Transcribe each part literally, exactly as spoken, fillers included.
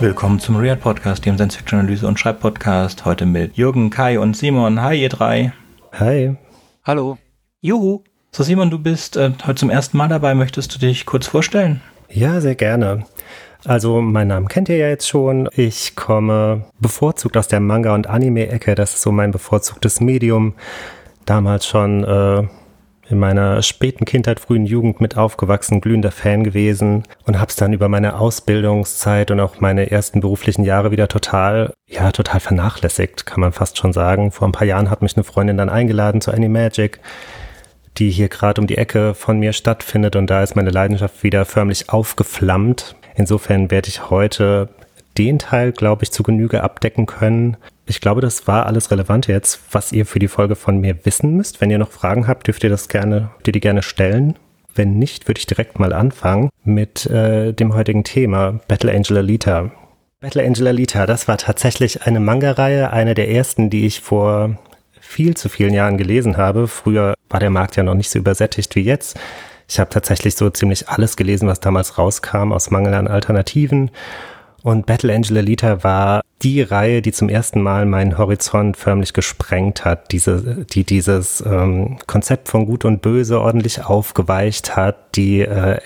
Willkommen zum Real Podcast, dem Science-Fiction-Analyse- und Schreibpodcast. Heute mit Jürgen, Kai und Simon. Hi, ihr drei. Hi. Hallo. Juhu. So, Simon, du bist äh, heute zum ersten Mal dabei. Möchtest du dich kurz vorstellen? Ja, sehr gerne. Also, meinen Namen kennt ihr ja jetzt schon. Ich komme bevorzugt aus der Manga- und Anime-Ecke. Das ist so mein bevorzugtes Medium. Damals schon äh, in meiner späten Kindheit, frühen Jugend mit aufgewachsen, glühender Fan gewesen und hab's dann über meine Ausbildungszeit und auch meine ersten beruflichen Jahre wieder total, ja, total vernachlässigt, kann man fast schon sagen. Vor ein paar Jahren hat mich eine Freundin dann eingeladen zu Animagic, die hier gerade um die Ecke von mir stattfindet, und da ist meine Leidenschaft wieder förmlich aufgeflammt. Insofern werde ich heute den Teil, glaube ich, zu Genüge abdecken können. Ich glaube, das war alles Relevante jetzt, was ihr für die Folge von mir wissen müsst. Wenn ihr noch Fragen habt, dürft ihr das gerne, dürft ihr die gerne stellen. Wenn nicht, würde ich direkt mal anfangen mit äh, dem heutigen Thema, Battle Angel Alita. Battle Angel Alita, das war tatsächlich eine Manga-Reihe, eine der ersten, die ich vor viel zu vielen Jahren gelesen habe. Früher war der Markt ja noch nicht so übersättigt wie jetzt. Ich habe tatsächlich so ziemlich alles gelesen, was damals rauskam, aus Mangel an Alternativen. Und Battle Angel Alita war die Reihe, die zum ersten Mal meinen Horizont förmlich gesprengt hat, diese, die dieses ähm, Konzept von Gut und Böse ordentlich aufgeweicht hat, die äh,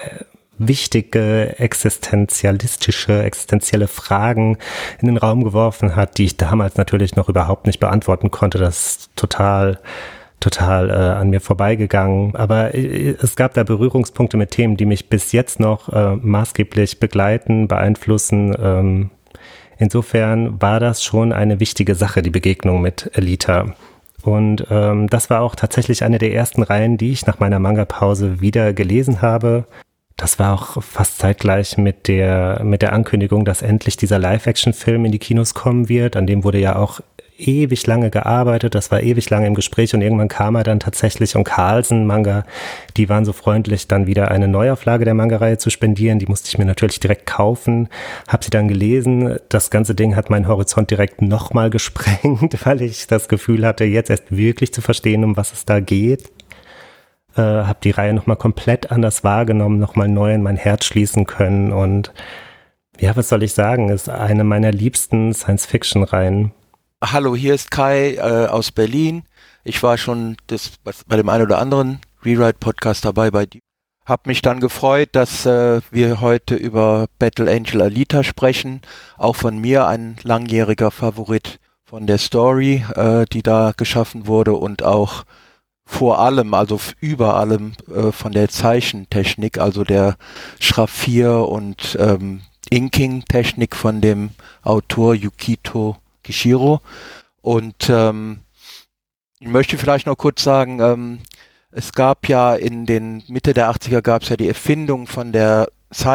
wichtige existenzialistische, existenzielle Fragen in den Raum geworfen hat, die ich damals natürlich noch überhaupt nicht beantworten konnte. Das ist total total äh, an mir vorbeigegangen, aber äh, es gab da Berührungspunkte mit Themen, die mich bis jetzt noch äh, maßgeblich begleiten, beeinflussen. Ähm, insofern war das schon eine wichtige Sache, die Begegnung mit Alita. Und ähm, das war auch tatsächlich eine der ersten Reihen, die ich nach meiner Manga-Pause wieder gelesen habe. Das war auch fast zeitgleich mit der mit der Ankündigung, dass endlich dieser Live-Action-Film in die Kinos kommen wird. An dem wurde ja auch ewig lange gearbeitet, das war ewig lange im Gespräch, und irgendwann kam er dann tatsächlich, und Carlsen Manga, die waren so freundlich, dann wieder eine Neuauflage der Manga-Reihe zu spendieren. Die musste ich mir natürlich direkt kaufen, habe sie dann gelesen. Das ganze Ding hat meinen Horizont direkt nochmal gesprengt, weil ich das Gefühl hatte, jetzt erst wirklich zu verstehen, um was es da geht. Äh, habe die Reihe nochmal komplett anders wahrgenommen, nochmal neu in mein Herz schließen können, und ja, was soll ich sagen, ist eine meiner liebsten Science-Fiction-Reihen. Hallo, hier ist Kai äh, aus Berlin. Ich war schon das, bei dem einen oder anderen Rewrite-Podcast dabei bei dir. Hab mich dann gefreut, dass äh, wir heute über Battle Angel Alita sprechen. Auch von mir ein langjähriger Favorit von der Story, äh, die da geschaffen wurde, und auch vor allem, also über allem äh, von der Zeichentechnik, also der Schraffier- und ähm, Inking-Technik von dem Autor Yukito Kishiro. Und ähm, ich möchte vielleicht noch kurz sagen, ähm, es gab ja in den Mitte der achtziger gab es ja die Erfindung von der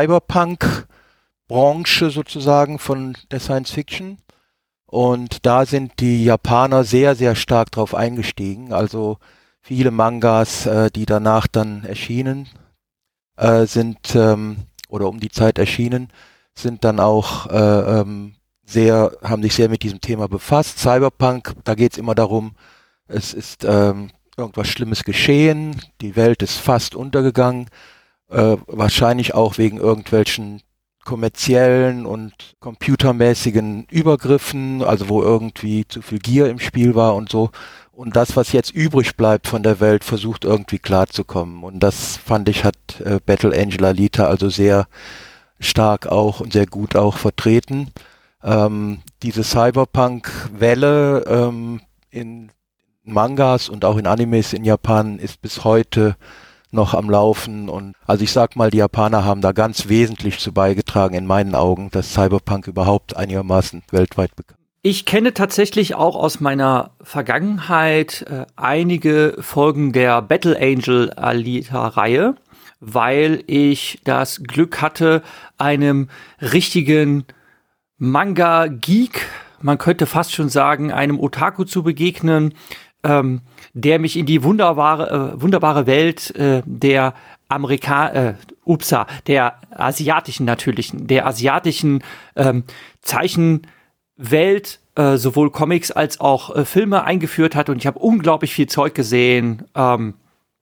Cyberpunk-Branche sozusagen von der Science Fiction. Und da sind die Japaner sehr, sehr stark drauf eingestiegen. Also viele Mangas, äh, die danach dann erschienen, äh, sind, ähm, oder um die Zeit erschienen, sind dann auch äh, ähm, sehr, haben sich sehr mit diesem Thema befasst. Cyberpunk, da geht es immer darum, es ist ähm, irgendwas Schlimmes geschehen, die Welt ist fast untergegangen, äh, wahrscheinlich auch wegen irgendwelchen kommerziellen und computermäßigen Übergriffen, also wo irgendwie zu viel Gier im Spiel war und so. Und das, was jetzt übrig bleibt von der Welt, versucht irgendwie klarzukommen. Und das fand ich, hat äh, Battle Angel Alita also sehr stark auch und sehr gut auch vertreten. Ähm, diese Cyberpunk-Welle ähm, in Mangas und auch in Animes in Japan ist bis heute noch am Laufen, und also ich sag mal, die Japaner haben da ganz wesentlich zu beigetragen, in meinen Augen, dass Cyberpunk überhaupt einigermaßen weltweit bekannt ist. Ich kenne tatsächlich auch aus meiner Vergangenheit äh, einige Folgen der Battle Angel Alita-Reihe, weil ich das Glück hatte, einem richtigen Manga-Geek, man könnte fast schon sagen, einem Otaku zu begegnen, ähm, der mich in die wunderbare, äh, wunderbare Welt äh, der Amerika, äh, upsa, der asiatischen natürlich, der asiatischen ähm, Zeichenwelt, äh, sowohl Comics als auch äh, Filme eingeführt hat, und ich habe unglaublich viel Zeug gesehen, ähm,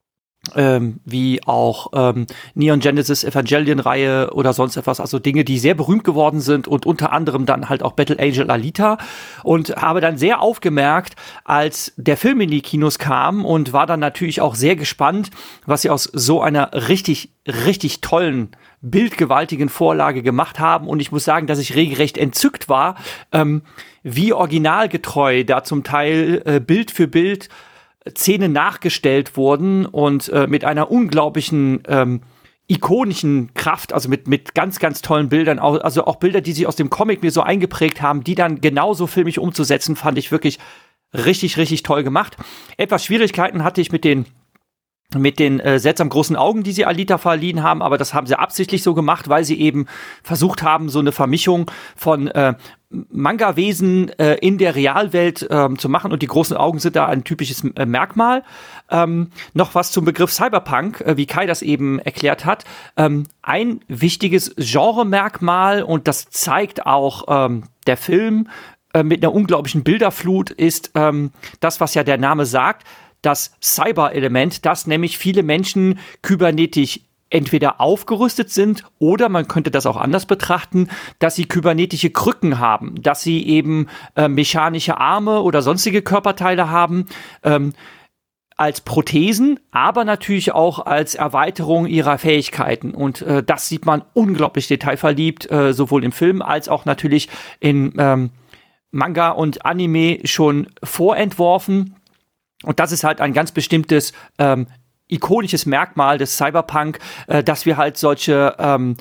Ähm, wie auch ähm, Neon Genesis Evangelion-Reihe oder sonst etwas, also Dinge, die sehr berühmt geworden sind und unter anderem dann halt auch Battle Angel Alita, und habe dann sehr aufgemerkt, als der Film in die Kinos kam, und war dann natürlich auch sehr gespannt, was sie aus so einer richtig, richtig tollen, bildgewaltigen Vorlage gemacht haben, und ich muss sagen, dass ich regelrecht entzückt war, ähm, wie originalgetreu da zum Teil äh, Bild für Bild Szenen nachgestellt wurden und äh, mit einer unglaublichen ähm, ikonischen Kraft, also mit mit ganz, ganz tollen Bildern, also auch Bilder, die sich aus dem Comic mir so eingeprägt haben, die dann genauso filmisch umzusetzen, fand ich wirklich richtig, richtig toll gemacht. Etwas Schwierigkeiten hatte ich mit den mit den äh, seltsam großen Augen, die sie Alita verliehen haben, aber das haben sie absichtlich so gemacht, weil sie eben versucht haben, so eine Vermischung von äh, Manga-Wesen äh, in der Realwelt ähm, zu machen, und die großen Augen sind da ein typisches äh, Merkmal. Ähm, noch was zum Begriff Cyberpunk, äh, wie Kai das eben erklärt hat. Ähm, ein wichtiges Genre-Merkmal, und das zeigt auch ähm, der Film äh, mit einer unglaublichen Bilderflut, ist ähm, das, was ja der Name sagt, das Cyber-Element, dass nämlich viele Menschen kybernetisch entweder aufgerüstet sind, oder man könnte das auch anders betrachten, dass sie kybernetische Krücken haben, dass sie eben äh, mechanische Arme oder sonstige Körperteile haben, ähm, als Prothesen, aber natürlich auch als Erweiterung ihrer Fähigkeiten. Und äh, das sieht man unglaublich detailverliebt, äh, sowohl im Film als auch natürlich in ähm, Manga und Anime schon vorentworfen. Und das ist halt ein ganz bestimmtes ähm, ikonisches Merkmal des Cyberpunk, äh, dass wir halt solche ähm,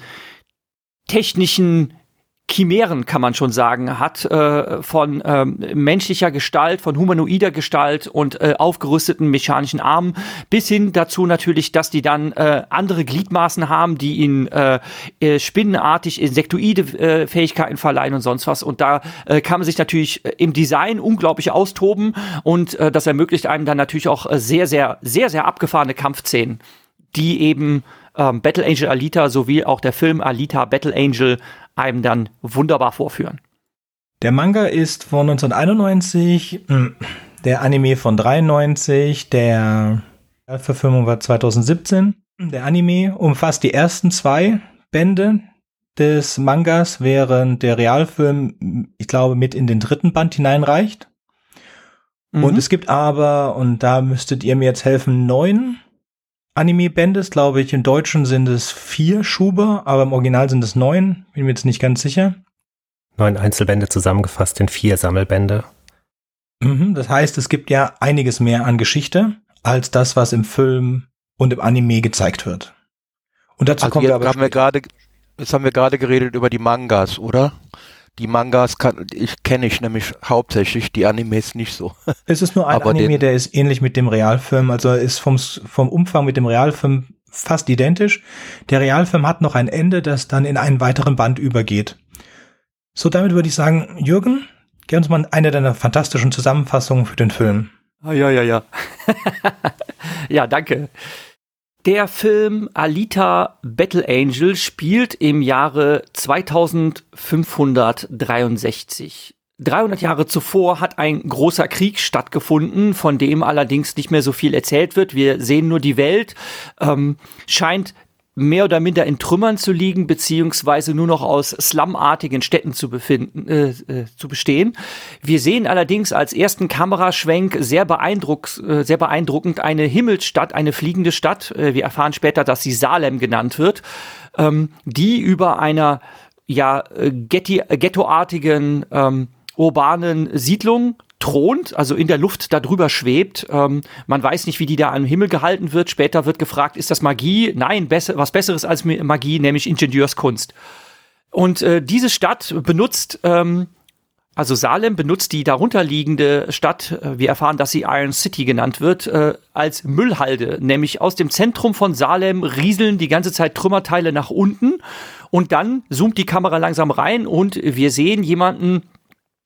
technischen Chimären, kann man schon sagen, hat, äh, von ähm, menschlicher Gestalt, von humanoider Gestalt und äh, aufgerüsteten mechanischen Armen, bis hin dazu natürlich, dass die dann äh, andere Gliedmaßen haben, die ihnen äh, äh, spinnenartig insektoide äh, Fähigkeiten verleihen und sonst was. Und da äh, kann man sich natürlich im Design unglaublich austoben, und äh, das ermöglicht einem dann natürlich auch äh, sehr, sehr, sehr, sehr abgefahrene Kampfszenen, die eben ähm, Battle Angel Alita sowie auch der Film Alita Battle Angel einem dann wunderbar vorführen. Der Manga ist von neunzehnhunderteinundneunzig, der Anime von dreiundneunzig, der Verfilmung war zweitausendsiebzehn. Der Anime umfasst die ersten zwei Bände des Mangas, während der Realfilm, ich glaube, mit in den dritten Band hineinreicht. Mhm. Und es gibt aber, und da müsstet ihr mir jetzt helfen, neun Anime-Bände, glaube ich. Im Deutschen sind es vier Schuber, aber im Original sind es neun. Bin mir jetzt nicht ganz sicher. Neun Einzelbände zusammengefasst in vier Sammelbände. Mhm, das heißt, es gibt ja einiges mehr an Geschichte als das, was im Film und im Anime gezeigt wird. Und dazu also kommt jetzt aber haben wir gerade, jetzt haben wir gerade geredet über die Mangas, oder? Die Mangas kann, ich kenne ich nämlich hauptsächlich, die Animes nicht so. Es ist nur ein aber Anime, den, der ist ähnlich mit dem Realfilm, also er ist vom, vom Umfang mit dem Realfilm fast identisch. Der Realfilm hat noch ein Ende, das dann in einen weiteren Band übergeht. So, damit würde ich sagen, Jürgen, gib uns mal eine deiner fantastischen Zusammenfassungen für den Film. Ah, ja, ja, ja. Ja, danke. Der Film Alita Battle Angel spielt im Jahre zweitausendfünfhundertdreiundsechzig. dreihundert Jahre zuvor hat ein großer Krieg stattgefunden, von dem allerdings nicht mehr so viel erzählt wird. Wir sehen nur, die Welt ähm, scheint mehr oder minder in Trümmern zu liegen, beziehungsweise nur noch aus slumartigen Städten zu befinden, äh, äh, zu bestehen. Wir sehen allerdings als ersten Kameraschwenk sehr, beeindruck, äh, sehr beeindruckend eine Himmelsstadt, eine fliegende Stadt. Äh, wir erfahren später, dass sie Salem genannt wird, ähm, die über einer ja Getty, ghettoartigen ähm, urbanen Siedlung thront, also in der Luft da drüber schwebt. Ähm, man weiß nicht, wie die da am Himmel gehalten wird. Später wird gefragt, ist das Magie? Nein, besser, was Besseres als Magie, nämlich Ingenieurskunst. Und äh, diese Stadt benutzt, ähm, also Salem benutzt die darunterliegende Stadt, äh, wir erfahren, dass sie Iron City genannt wird, äh, als Müllhalde. Nämlich aus dem Zentrum von Salem rieseln die ganze Zeit Trümmerteile nach unten, und dann zoomt die Kamera langsam rein und wir sehen jemanden,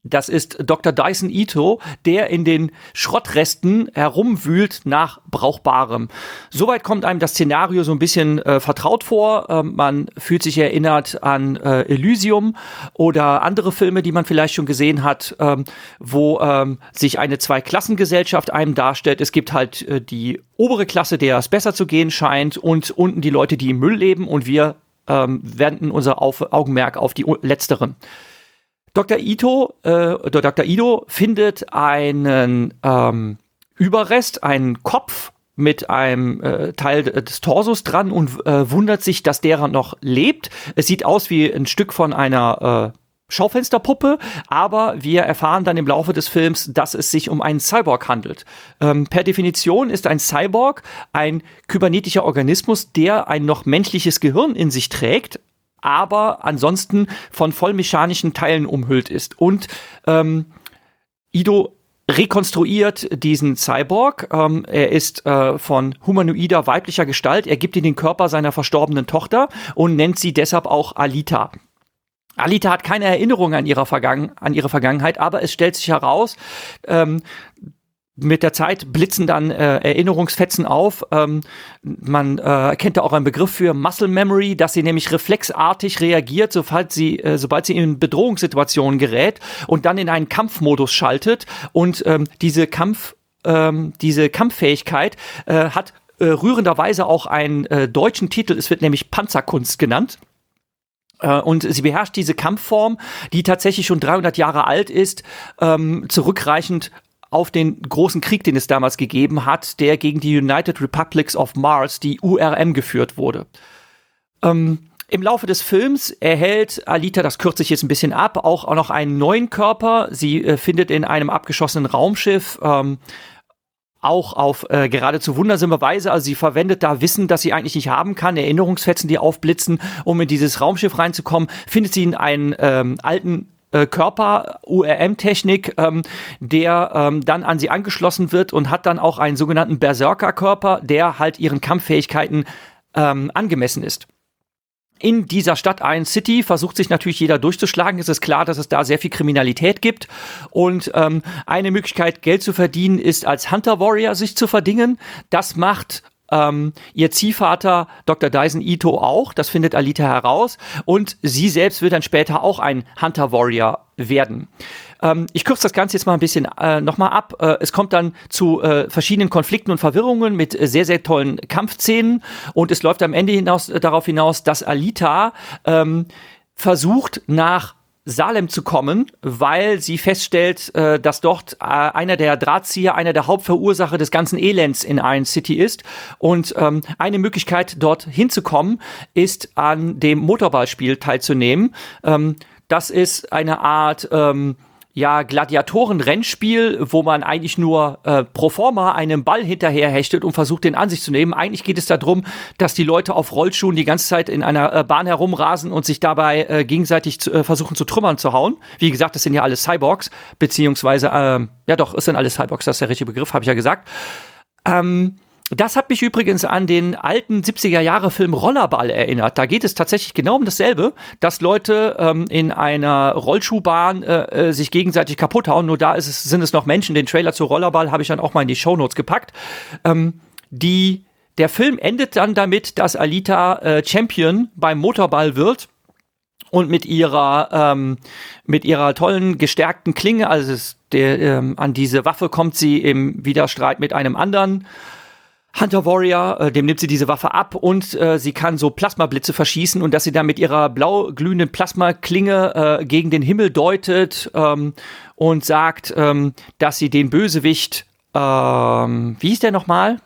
Das ist Doktor Dyson Ito, der in den Schrottresten herumwühlt nach Brauchbarem. Soweit kommt einem das Szenario so ein bisschen äh, vertraut vor. Ähm, man fühlt sich erinnert an äh, Elysium oder andere Filme, die man vielleicht schon gesehen hat, ähm, wo ähm, sich eine Zweiklassengesellschaft einem darstellt. Es gibt halt äh, die obere Klasse, der es besser zu gehen scheint, und unten die Leute, die im Müll leben, und wir ähm, wenden unser auf- Augenmerk auf die letzteren. Doktor Ito, äh, Doktor Ido findet einen ähm, Überrest, einen Kopf mit einem äh, Teil des Torsos dran und äh, wundert sich, dass der noch lebt. Es sieht aus wie ein Stück von einer äh, Schaufensterpuppe, aber wir erfahren dann im Laufe des Films, dass es sich um einen Cyborg handelt. Ähm, per Definition ist ein Cyborg ein kybernetischer Organismus, der ein noch menschliches Gehirn in sich trägt, aber ansonsten von vollmechanischen Teilen umhüllt ist. Und ähm, Ido rekonstruiert diesen Cyborg. Ähm, er ist äh, von humanoider weiblicher Gestalt. Er gibt ihm den Körper seiner verstorbenen Tochter und nennt sie deshalb auch Alita. Alita hat keine Erinnerung an, ihrer Vergangen- an ihre Vergangenheit, aber es stellt sich heraus, ähm, mit der Zeit blitzen dann äh, Erinnerungsfetzen auf. Ähm, man äh, kennt da auch einen Begriff für Muscle Memory, dass sie nämlich reflexartig reagiert, sobald sie, äh, sobald sie in Bedrohungssituationen gerät und dann in einen Kampfmodus schaltet. Und ähm, diese Kampf, ähm, diese Kampffähigkeit äh, hat äh, rührenderweise auch einen äh, deutschen Titel. Es wird nämlich Panzerkunst genannt. Und sie beherrscht diese Kampfform, die tatsächlich schon dreihundert Jahre alt ist, ähm, zurückreichend auf den großen Krieg, den es damals gegeben hat, der gegen die United Republics of Mars, die U R M, geführt wurde. Ähm, Im Laufe des Films erhält Alita, das kürze ich jetzt ein bisschen ab, auch, auch noch einen neuen Körper. Sie äh, findet in einem abgeschossenen Raumschiff ähm, auch auf äh, geradezu wundersame Weise, also sie verwendet da Wissen, das sie eigentlich nicht haben kann, Erinnerungsfetzen, die aufblitzen, um in dieses Raumschiff reinzukommen, findet sie in einen ähm, alten äh, Körper, U R M-Technik, ähm, der ähm, dann an sie angeschlossen wird und hat dann auch einen sogenannten Berserker-Körper, der halt ihren Kampffähigkeiten ähm, angemessen ist. In dieser Stadt Iron City versucht sich natürlich jeder durchzuschlagen. Es ist klar, dass es da sehr viel Kriminalität gibt. Und ähm, eine Möglichkeit, Geld zu verdienen, ist als Hunter Warrior sich zu verdingen. Das macht ähm, ihr Ziehvater Doktor Dyson Ito auch. Das findet Alita heraus. Und sie selbst wird dann später auch ein Hunter Warrior werden. Ähm, ich kürze das Ganze jetzt mal ein bisschen äh, nochmal ab. Äh, es kommt dann zu äh, verschiedenen Konflikten und Verwirrungen mit äh, sehr, sehr tollen Kampfszenen. Und es läuft am Ende hinaus, äh, darauf hinaus, dass Alita ähm, versucht, nach Salem zu kommen, weil sie feststellt, äh, dass dort äh, einer der Drahtzieher, einer der Hauptverursacher des ganzen Elends in Iron City ist. Und ähm, eine Möglichkeit, dort hinzukommen, ist, an dem Motorballspiel teilzunehmen. Ähm, das ist eine Art ähm, ja, Gladiatoren-Rennspiel, wo man eigentlich nur äh, pro forma einem Ball hinterher hechtet und versucht, den an sich zu nehmen. Eigentlich geht es darum, dass die Leute auf Rollschuhen die ganze Zeit in einer äh, Bahn herumrasen und sich dabei äh, gegenseitig zu, äh, versuchen zu Trümmern zu hauen. Wie gesagt, das sind ja alles Cyborgs, beziehungsweise, äh, ja doch, es sind alles Cyborgs, das ist der richtige Begriff, habe ich ja gesagt. Ähm, Das hat mich übrigens an den alten siebziger-Jahre-Film Rollerball erinnert. Da geht es tatsächlich genau um dasselbe, dass Leute ähm, in einer Rollschuhbahn äh, sich gegenseitig kaputt hauen. Nur da ist es, sind es noch Menschen. Den Trailer zu Rollerball habe ich dann auch mal in die Shownotes gepackt. Ähm, die, der Film endet dann damit, dass Alita äh, Champion beim Motorball wird. Und mit ihrer ähm, mit ihrer tollen gestärkten Klinge, also es, der, ähm, an diese Waffe kommt sie im Widerstreit mit einem anderen Hunter Warrior, äh, dem nimmt sie diese Waffe ab und äh, sie kann so Plasmablitze verschießen und dass sie dann mit ihrer blau glühenden Plasmaklinge äh, gegen den Himmel deutet ähm, und sagt, ähm, dass sie den Bösewicht, ähm, wie hieß der nochmal?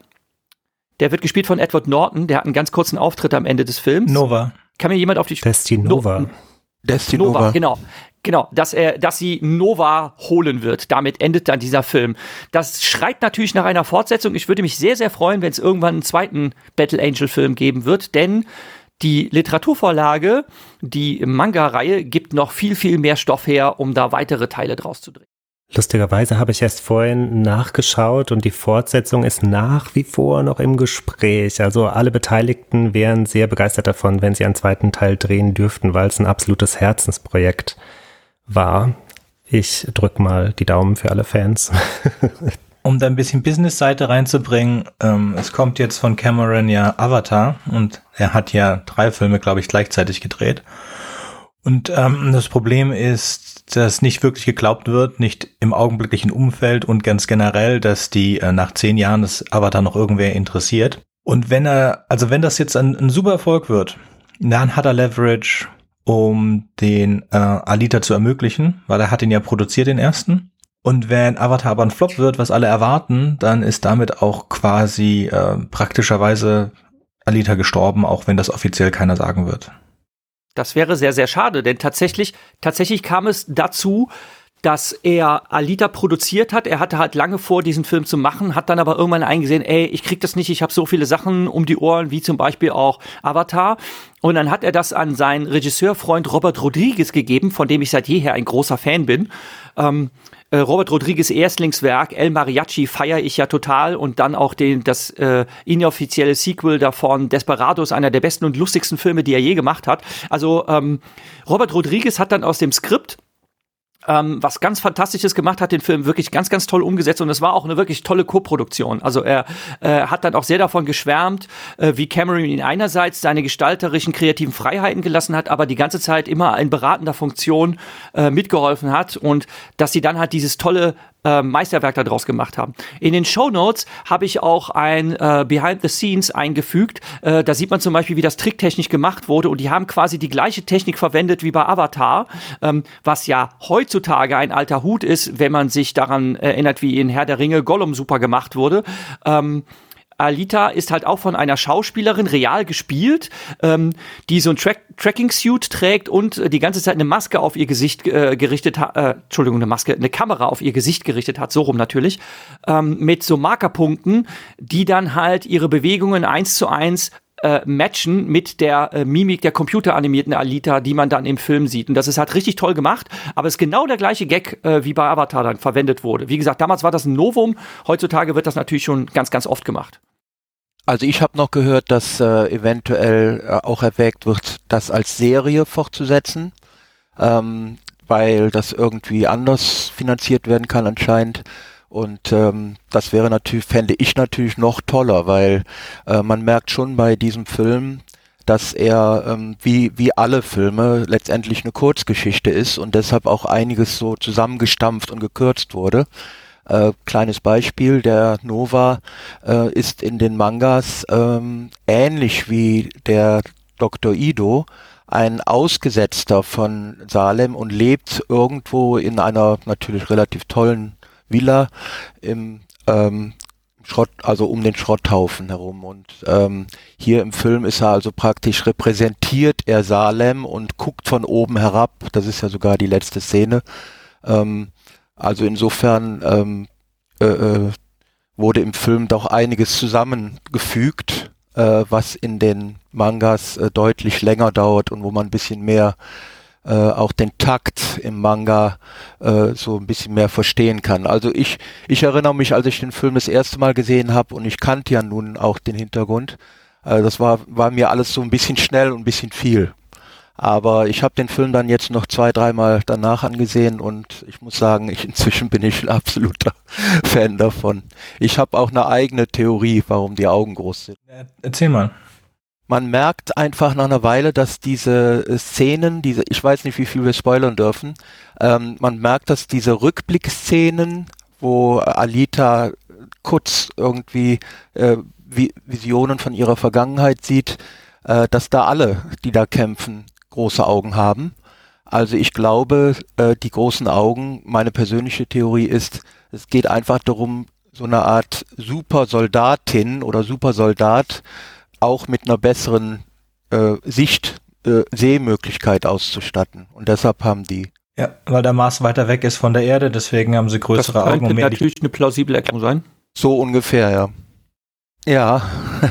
Der wird gespielt von Edward Norton, der hat einen ganz kurzen Auftritt am Ende des Films. Nova. Kann mir jemand auf die... Destinova. No- Destinova. Nova, genau. Genau, dass er, dass sie Nova holen wird. Damit endet dann dieser Film. Das schreit natürlich nach einer Fortsetzung. Ich würde mich sehr, sehr freuen, wenn es irgendwann einen zweiten Battle Angel Film geben wird, denn die Literaturvorlage, die Manga-Reihe, gibt noch viel, viel mehr Stoff her, um da weitere Teile draus zu drehen. Lustigerweise habe ich erst vorhin nachgeschaut und die Fortsetzung ist nach wie vor noch im Gespräch. Also alle Beteiligten wären sehr begeistert davon, wenn sie einen zweiten Teil drehen dürften, weil es ein absolutes Herzensprojekt war. Ich drück mal die Daumen für alle Fans. Um da ein bisschen Business-Seite reinzubringen, ähm, es kommt jetzt von Cameron ja Avatar und er hat ja drei Filme, glaube ich, gleichzeitig gedreht. Und ähm, das Problem ist, dass nicht wirklich geglaubt wird, nicht im augenblicklichen Umfeld und ganz generell, dass die äh, nach zehn Jahren das Avatar noch irgendwer interessiert. Und wenn er, also wenn das jetzt ein, ein super Erfolg wird, dann hat er Leverage, um den äh, Alita zu ermöglichen, weil er hat ihn ja produziert, den ersten. Und wenn Avatar aber ein Flop wird, was alle erwarten, dann ist damit auch quasi äh, praktischerweise Alita gestorben, auch wenn das offiziell keiner sagen wird. Das wäre sehr, sehr schade, denn tatsächlich, tatsächlich kam es dazu, dass er Alita produziert hat. Er hatte halt lange vor, diesen Film zu machen, hat dann aber irgendwann eingesehen, ey, ich krieg das nicht, ich habe so viele Sachen um die Ohren, wie zum Beispiel auch Avatar. Und dann hat er das an seinen Regisseurfreund Robert Rodriguez gegeben, von dem ich seit jeher ein großer Fan bin. Ähm, äh, Robert Rodriguez' Erstlingswerk El Mariachi feiere ich ja total und dann auch den, das äh, inoffizielle Sequel davon, Desperados, einer der besten und lustigsten Filme, die er je gemacht hat. Also ähm, Robert Rodriguez hat dann aus dem Skript Ähm, was ganz Fantastisches gemacht, hat den Film wirklich ganz, ganz toll umgesetzt und es war auch eine wirklich tolle Co-Produktion. Also er äh, hat dann auch sehr davon geschwärmt, äh, wie Cameron ihn einerseits seine gestalterischen, kreativen Freiheiten gelassen hat, aber die ganze Zeit immer in beratender Funktion äh, mitgeholfen hat und dass sie dann halt dieses tolle äh, Meisterwerk daraus gemacht haben. In den Shownotes habe ich auch ein äh, Behind the Scenes eingefügt. Äh, da sieht man zum Beispiel, wie das tricktechnisch gemacht wurde und die haben quasi die gleiche Technik verwendet wie bei Avatar, ähm, was ja heutzutage ein alter Hut ist, wenn man sich daran erinnert, wie in Herr der Ringe Gollum super gemacht wurde. Ähm, Alita ist halt auch von einer Schauspielerin real gespielt, ähm, die so ein Tra- Tracking-Suit trägt und äh, die ganze Zeit eine Maske auf ihr Gesicht äh, gerichtet hat, äh, Entschuldigung, eine Maske, eine Kamera auf ihr Gesicht gerichtet hat, so rum natürlich, ähm, mit so Markerpunkten, die dann halt ihre Bewegungen eins zu eins Äh, matchen mit der äh, Mimik der computeranimierten Alita, die man dann im Film sieht. Und das ist halt richtig toll gemacht, aber es ist genau der gleiche Gag, äh, wie bei Avatar dann verwendet wurde. Wie gesagt, damals war das ein Novum, heutzutage wird das natürlich schon ganz, ganz oft gemacht. Also ich habe noch gehört, dass äh, eventuell äh, auch erwägt wird, das als Serie fortzusetzen, ähm, weil das irgendwie anders finanziert werden kann anscheinend. Und ähm, das wäre natürlich, fände ich natürlich noch toller, weil äh, man merkt schon bei diesem Film, dass er ähm, wie wie alle Filme letztendlich eine Kurzgeschichte ist und deshalb auch einiges so zusammengestampft und gekürzt wurde. Äh, kleines Beispiel, der Nova äh, ist in den Mangas ähm, ähnlich wie der Doktor Ido ein Ausgesetzter von Salem und lebt irgendwo in einer natürlich relativ tollen Villa im ähm, Schrott, also um den Schrotthaufen herum. Und ähm, hier im Film ist er also praktisch repräsentiert er Salem und guckt von oben herab. Das ist ja sogar die letzte Szene. Ähm, also insofern ähm, äh, äh, wurde im Film doch einiges zusammengefügt, äh, was in den Mangas äh, deutlich länger dauert und wo man ein bisschen mehr äh, auch den Takt im Manga äh, so ein bisschen mehr verstehen kann. Also ich ich erinnere mich, als ich den Film das erste Mal gesehen habe und ich kannte ja nun auch den Hintergrund, äh, das war war mir alles so ein bisschen schnell und ein bisschen viel. Aber ich habe den Film dann jetzt noch zwei, dreimal danach angesehen und ich muss sagen, ich, inzwischen bin ich ein absoluter Fan davon. Ich habe auch eine eigene Theorie, warum die Augen groß sind. Erzähl mal. Man merkt einfach nach einer Weile, dass diese Szenen, diese, ich weiß nicht, wie viel wir spoilern dürfen, ähm, man merkt, dass diese Rückblickszenen, wo Alita kurz irgendwie äh, Visionen von ihrer Vergangenheit sieht, äh, dass da alle, die da kämpfen, große Augen haben. Also ich glaube, äh, die großen Augen, meine persönliche Theorie ist, es geht einfach darum, so eine Art Supersoldatin oder Supersoldat auch mit einer besseren äh, Sicht, äh, Sehmöglichkeit auszustatten. Und deshalb haben die... Ja, weil der Mars weiter weg ist von der Erde, deswegen haben sie größere Augen. Das könnte natürlich eine plausible Erklärung sein. So ungefähr, ja. Ja.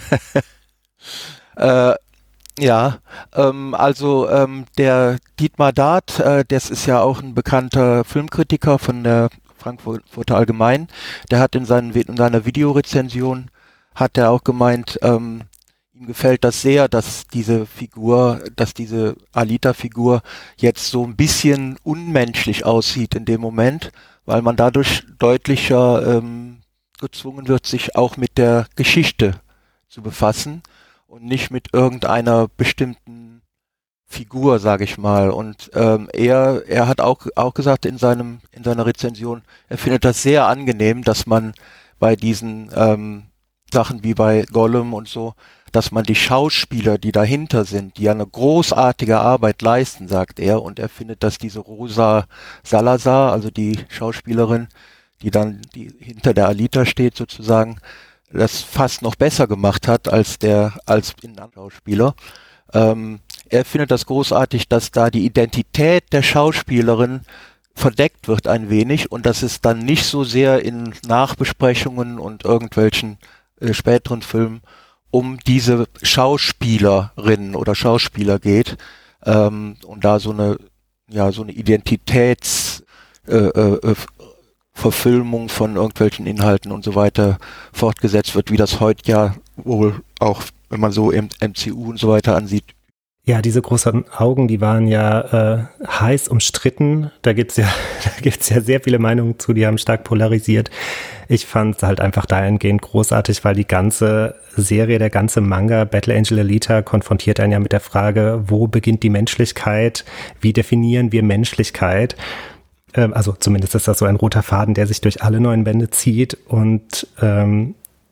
äh, ja, ähm, also ähm, der Dietmar Dart, äh, das ist ja auch ein bekannter Filmkritiker von der Frankfurter Allgemein, der hat in, seinen, in seiner Videorezension, hat er auch gemeint, ähm, ihm gefällt das sehr, dass diese Figur, dass diese Alita-Figur jetzt so ein bisschen unmenschlich aussieht in dem Moment, weil man dadurch deutlicher ähm, gezwungen wird, sich auch mit der Geschichte zu befassen und nicht mit irgendeiner bestimmten Figur, sage ich mal. Und ähm, er, er hat auch auch gesagt in seinem in seiner Rezension, er findet das sehr angenehm, dass man bei diesen ähm, Sachen wie bei Gollum und so, dass man die Schauspieler, die dahinter sind, die ja eine großartige Arbeit leisten, sagt er, und er findet, dass diese Rosa Salazar, also die Schauspielerin, die dann die hinter der Alita steht sozusagen, das fast noch besser gemacht hat als der als in Schauspieler. Ähm, er findet das großartig, dass da die Identität der Schauspielerin verdeckt wird ein wenig und dass es dann nicht so sehr in Nachbesprechungen und irgendwelchen äh, späteren Filmen um diese Schauspielerinnen oder Schauspieler geht ähm, und da so eine ja so eine Identitäts äh, äh, Verfilmung von irgendwelchen Inhalten und so weiter fortgesetzt wird, wie das heute ja wohl auch, wenn man so im M C U und so weiter ansieht. Ja, diese großen Augen, die waren ja äh, heiß umstritten. Da gibt's ja, da gibt's ja sehr viele Meinungen zu, die haben stark polarisiert. Ich fand es halt einfach dahingehend großartig, weil die ganze Serie, der ganze Manga Battle Angel Alita konfrontiert einen ja mit der Frage, wo beginnt die Menschlichkeit? Wie definieren wir Menschlichkeit? Ähm, also zumindest ist das so ein roter Faden, der sich durch alle neuen Bände zieht und ähm,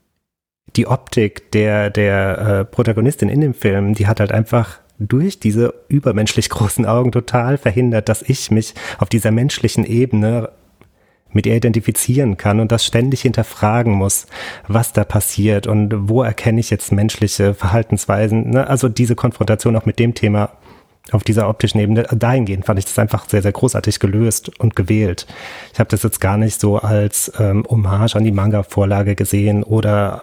die Optik der, der äh, Protagonistin in dem Film, die hat halt einfach durch diese übermenschlich großen Augen total verhindert, dass ich mich auf dieser menschlichen Ebene mit ihr identifizieren kann und das ständig hinterfragen muss, was da passiert und wo erkenne ich jetzt menschliche Verhaltensweisen. Ne? Also diese Konfrontation auch mit dem Thema auf dieser optischen Ebene, dahingehend fand ich das einfach sehr, sehr großartig gelöst und gewählt. Ich habe das jetzt gar nicht so als ähm, Hommage an die Manga-Vorlage gesehen oder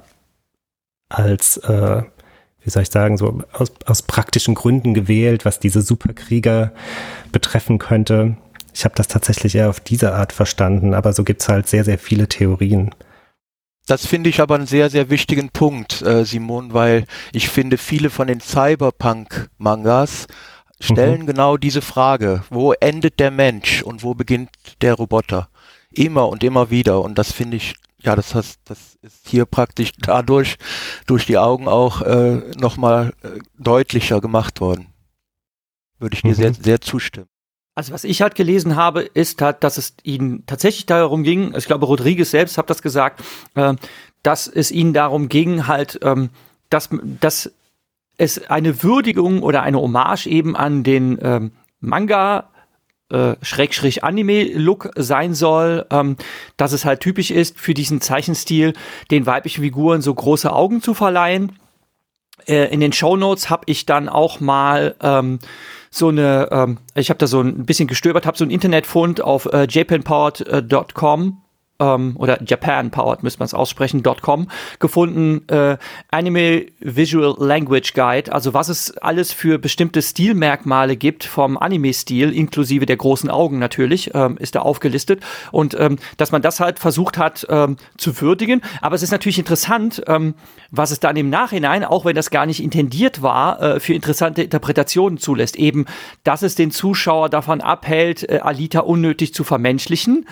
als äh, wie soll ich sagen, so aus, aus praktischen Gründen gewählt, was diese Superkrieger betreffen könnte. Ich habe das tatsächlich eher auf diese Art verstanden, aber so gibt's halt sehr, sehr viele Theorien. Das finde ich aber einen sehr, sehr wichtigen Punkt, äh, Simon, weil ich finde, viele von den Cyberpunk-Mangas stellen mhm. genau diese Frage, wo endet der Mensch und wo beginnt der Roboter? Immer und immer wieder und das finde ich Ja, das, heißt, das ist hier praktisch dadurch, durch die Augen auch äh, nochmal äh, deutlicher gemacht worden. Würde ich dir mhm. sehr, sehr zustimmen. Also was ich halt gelesen habe, ist halt, dass es ihnen tatsächlich darum ging, ich glaube Rodriguez selbst hat das gesagt, äh, dass es ihnen darum ging halt, ähm, dass, dass es eine Würdigung oder eine Hommage eben an den ähm, Manga Äh, Schrägstrich Anime-Look sein soll, ähm, dass es halt typisch ist für diesen Zeichenstil, den weiblichen Figuren so große Augen zu verleihen. Äh, in den Shownotes habe ich dann auch mal ähm, so eine, ähm, ich habe da so ein bisschen gestöbert, habe so einen Internetfund auf äh, japanpowered dot com ähm, oder japanpowered, müsste man es aussprechen, .com gefunden, äh, Anime Visual Language Guide, also was es alles für bestimmte Stilmerkmale gibt vom Anime-Stil, inklusive der großen Augen natürlich, ähm, ist da aufgelistet und ähm, dass man das halt versucht hat ähm, zu würdigen, aber es ist natürlich interessant, ähm, was es dann im Nachhinein, auch wenn das gar nicht intendiert war, äh, für interessante Interpretationen zulässt, eben, dass es den Zuschauer davon abhält, äh, Alita unnötig zu vermenschlichen.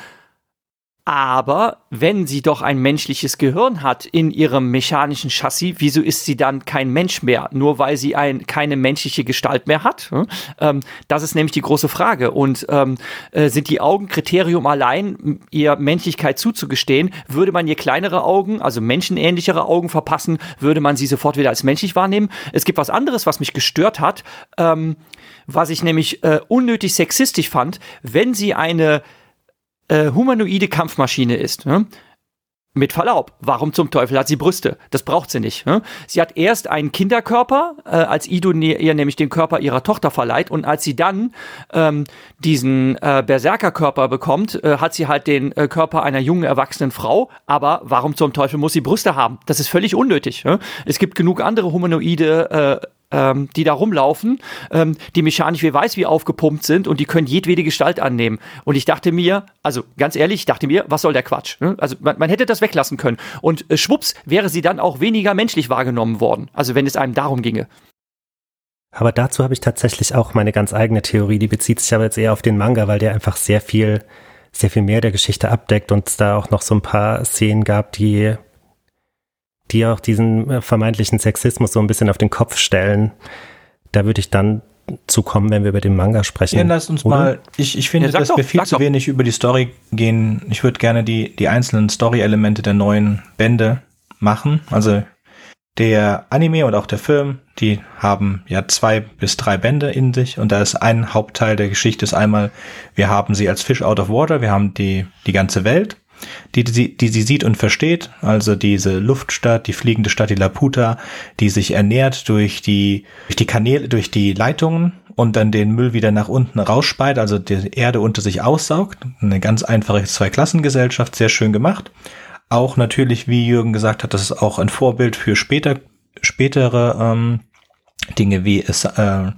Aber wenn sie doch ein menschliches Gehirn hat in ihrem mechanischen Chassis, wieso ist sie dann kein Mensch mehr? Nur weil sie ein, keine menschliche Gestalt mehr hat? Ähm, das ist nämlich die große Frage. Und ähm, äh, sind die Augen Kriterium allein, ihr Menschlichkeit zuzugestehen? Würde man ihr kleinere Augen, also menschenähnlichere Augen verpassen, würde man sie sofort wieder als menschlich wahrnehmen? Es gibt was anderes, was mich gestört hat, ähm, was ich nämlich äh, unnötig sexistisch fand, wenn sie eine humanoide Kampfmaschine ist. Ne? Mit Verlaub, warum zum Teufel hat sie Brüste? Das braucht sie nicht. Ne? Sie hat erst einen Kinderkörper, äh, als Ido ne- ihr nämlich den Körper ihrer Tochter verleiht und als sie dann ähm, diesen äh, Berserkerkörper bekommt, äh, hat sie halt den äh, Körper einer jungen, erwachsenen Frau. Aber warum zum Teufel muss sie Brüste haben? Das ist völlig unnötig. Ne? Es gibt genug andere humanoide äh, ähm, die da rumlaufen, ähm, die mechanisch wie weiß wie aufgepumpt sind und die können jedwede Gestalt annehmen. Und ich dachte mir, also ganz ehrlich, ich dachte mir, was soll der Quatsch? Ne? Also man, man hätte das weglassen können. Und äh, schwupps wäre sie dann auch weniger menschlich wahrgenommen worden. Also wenn es einem darum ginge. Aber dazu habe ich tatsächlich auch meine ganz eigene Theorie, die bezieht sich aber jetzt eher auf den Manga, weil der einfach sehr viel, sehr viel mehr der Geschichte abdeckt und es da auch noch so ein paar Szenen gab, die, die auch diesen vermeintlichen Sexismus so ein bisschen auf den Kopf stellen. Da würde ich dann zu kommen, wenn wir über den Manga sprechen. Ja, lasst uns oder? mal, ich, ich finde, Ja, dass doch, wir viel zu doch. wenig über die Story gehen. Ich würde gerne die, die einzelnen Story-Elemente der neuen Bände machen. Also der Anime und auch der Film, die haben ja zwei bis drei Bände in sich und da ist ein Hauptteil der Geschichte ist einmal, wir haben sie als Fish out of water, wir haben die, die ganze Welt, die, die, die sie sieht und versteht, also diese Luftstadt, die fliegende Stadt, die Laputa, die sich ernährt durch die, durch die Kanäle, durch die Leitungen und dann den Müll wieder nach unten rausspeit, also die Erde unter sich aussaugt. Eine ganz einfache Zweiklassengesellschaft, sehr schön gemacht. Auch natürlich, wie Jürgen gesagt hat, das ist auch ein Vorbild für später, spätere ähm, Dinge wie es, äh,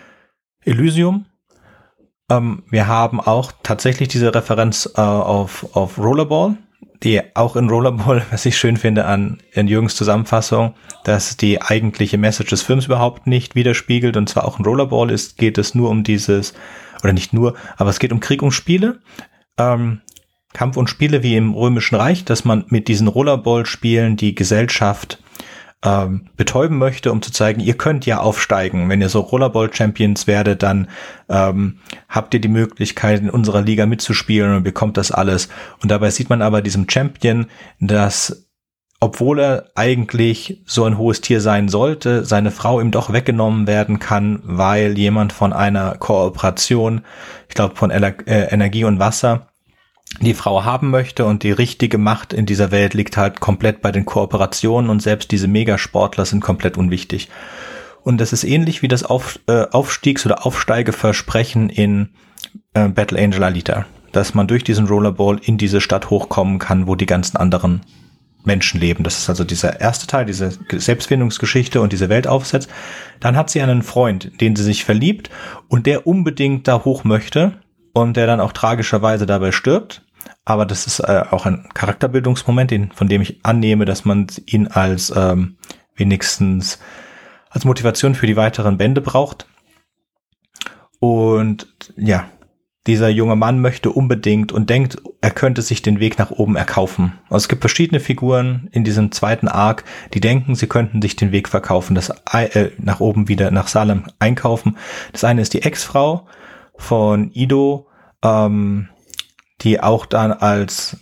Elysium. Ähm, wir haben auch tatsächlich diese Referenz äh, auf, auf Rollerball, die auch in Rollerball, was ich schön finde an in Jürgens Zusammenfassung, dass die eigentliche Message des Films überhaupt nicht widerspiegelt. Und zwar auch in Rollerball ist, geht es nur um dieses, oder nicht nur, aber es geht um Krieg und Spiele. Ähm, Kampf und Spiele wie im Römischen Reich, dass man mit diesen Rollerball-Spielen die Gesellschaft ähm, betäuben möchte, um zu zeigen, ihr könnt ja aufsteigen. Wenn ihr so Rollerball-Champions werdet, dann ähm, habt ihr die Möglichkeit, in unserer Liga mitzuspielen und bekommt das alles. Und dabei sieht man aber diesem Champion, dass, obwohl er eigentlich so ein hohes Tier sein sollte, seine Frau ihm doch weggenommen werden kann, weil jemand von einer Kooperation, ich glaube von Ener- äh, Energie und Wasser, die Frau haben möchte und die richtige Macht in dieser Welt liegt halt komplett bei den Kooperationen und selbst diese Megasportler sind komplett unwichtig. Und das ist ähnlich wie das Auf, äh, Aufstiegs- oder Aufsteigeversprechen in äh, Battle Angel Alita, dass man durch diesen Rollerball in diese Stadt hochkommen kann, wo die ganzen anderen Menschen leben. Das ist also dieser erste Teil, diese Selbstfindungsgeschichte und diese Welt aufsetzt. Dann hat sie einen Freund, in den sie sich verliebt und der unbedingt da hoch möchte und der dann auch tragischerweise dabei stirbt. Aber das ist äh, auch ein Charakterbildungsmoment, den, von dem ich annehme, dass man ihn als ähm, wenigstens als Motivation für die weiteren Bände braucht. Und ja, dieser junge Mann möchte unbedingt und denkt, er könnte sich den Weg nach oben erkaufen. Also es gibt verschiedene Figuren in diesem zweiten Arc, die denken, sie könnten sich den Weg verkaufen, das äh, nach oben wieder nach Salem einkaufen. Das eine ist die Ex-Frau von Ido, ähm, die auch dann als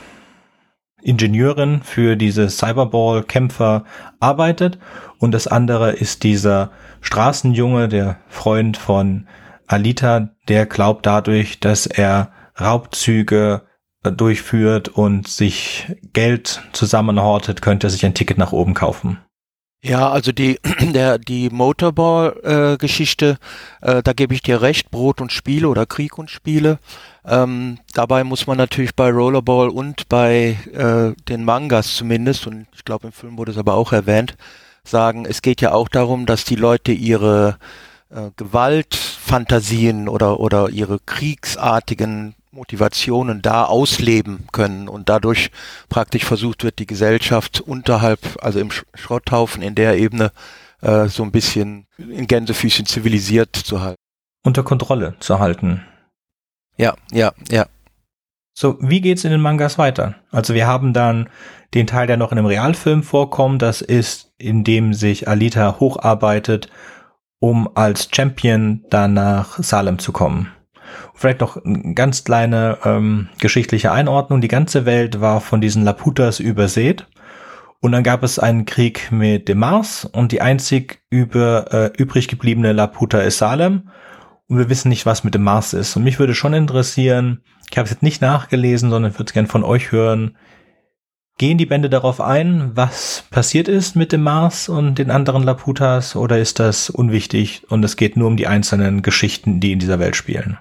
Ingenieurin für diese Cyberball-Kämpfer arbeitet. Und das andere ist dieser Straßenjunge, der Freund von Alita, der glaubt dadurch, dass er Raubzüge durchführt und sich Geld zusammenhortet, könnte er sich ein Ticket nach oben kaufen. Ja, also die der die Motorball-Geschichte, äh, äh, da gebe ich dir recht, Brot und Spiele oder Krieg und Spiele. Ähm, dabei muss man natürlich bei Rollerball und bei äh, den Mangas zumindest, und ich glaube im Film wurde es aber auch erwähnt, sagen, es geht ja auch darum, dass die Leute ihre äh, Gewaltfantasien oder oder ihre kriegsartigen Motivationen da ausleben können und dadurch praktisch versucht wird, die Gesellschaft unterhalb, also im Schrotthaufen in der Ebene, äh, so ein bisschen in Gänsefüßchen zivilisiert zu halten. Unter Kontrolle zu halten. Ja, ja, ja. So, wie geht's in den Mangas weiter? Also wir haben dann den Teil, der noch in einem Realfilm vorkommt, das ist, in dem sich Alita hocharbeitet, um als Champion dann nach Salem zu kommen. Vielleicht noch eine ganz kleine ähm, geschichtliche Einordnung. Die ganze Welt war von diesen Laputas übersät. Und dann gab es einen Krieg mit dem Mars. Und die einzig über, äh, übrig gebliebene Laputa ist Salem. Und wir wissen nicht, was mit dem Mars ist. Und mich würde schon interessieren, ich habe es jetzt nicht nachgelesen, sondern würde es gerne von euch hören. Gehen die Bände darauf ein, was passiert ist mit dem Mars und den anderen Laputas? Oder ist das unwichtig und es geht nur um die einzelnen Geschichten, die in dieser Welt spielen?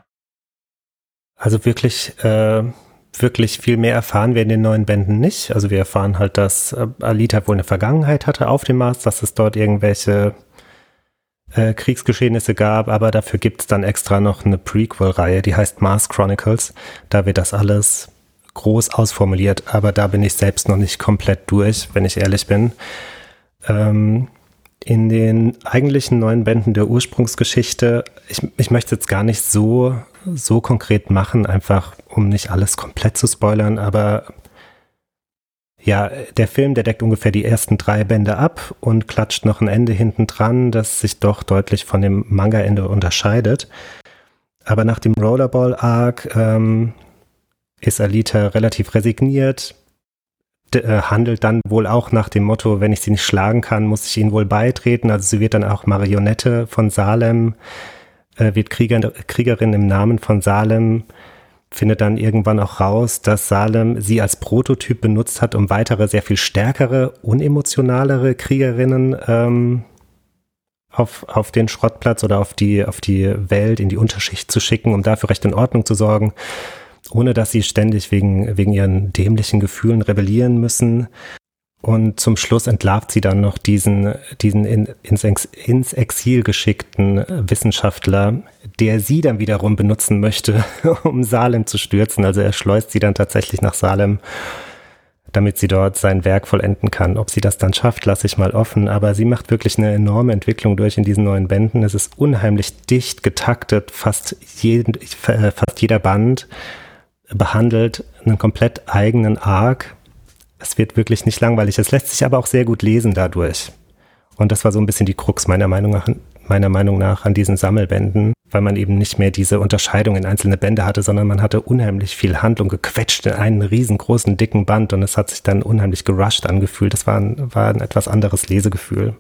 Also wirklich, äh, wirklich viel mehr erfahren wir in den neuen Bänden nicht. Also wir erfahren halt, dass äh, Alita wohl eine Vergangenheit hatte auf dem Mars, dass es dort irgendwelche äh, Kriegsgeschehnisse gab, aber dafür gibt's dann extra noch eine Prequel-Reihe, die heißt Mars Chronicles. Da wird das alles groß ausformuliert, aber da bin ich selbst noch nicht komplett durch, wenn ich ehrlich bin. Ähm, in den eigentlichen neuen Bänden der Ursprungsgeschichte, ich, ich möchte jetzt gar nicht so, so konkret machen, einfach um nicht alles komplett zu spoilern, aber ja, der Film, der deckt ungefähr die ersten drei Bände ab und klatscht noch ein Ende hinten dran, das sich doch deutlich von dem Manga-Ende unterscheidet. Aber nach dem Rollerball-Arc ähm, ist Alita relativ resigniert, d- äh, handelt dann wohl auch nach dem Motto, wenn ich sie nicht schlagen kann, muss ich ihnen wohl beitreten. Also sie wird dann auch Marionette von Salem, äh, wird Krieger, Kriegerin im Namen von Salem, findet dann irgendwann auch raus, dass Salem sie als Prototyp benutzt hat, um weitere, sehr viel stärkere, unemotionalere Kriegerinnen ähm, auf, auf den Schrottplatz oder auf die, auf die Welt, in die Unterschicht zu schicken, um dafür Recht und Ordnung zu sorgen, ohne dass sie ständig wegen, wegen ihren dämlichen Gefühlen rebellieren müssen. Und zum Schluss entlarvt sie dann noch diesen, diesen in, ins, ins Exil geschickten Wissenschaftler, der sie dann wiederum benutzen möchte, um Salem zu stürzen. Also er schleust sie dann tatsächlich nach Salem, damit sie dort sein Werk vollenden kann. Ob sie das dann schafft, lasse ich mal offen. Aber sie macht wirklich eine enorme Entwicklung durch in diesen neuen Bänden. Es ist unheimlich dicht getaktet. Fast, jeden, fast jeder Band behandelt einen komplett eigenen Arc. Es wird wirklich nicht langweilig. Es lässt sich aber auch sehr gut lesen dadurch. Und das war so ein bisschen die Krux meiner Meinung nach, meiner Meinung nach an diesen Sammelbänden, weil man eben nicht mehr diese Unterscheidung in einzelne Bände hatte, sondern man hatte unheimlich viel Handlung gequetscht in einen riesengroßen, dicken Band und es hat sich dann unheimlich gerusht angefühlt. Das war ein, war ein etwas anderes Lesegefühl.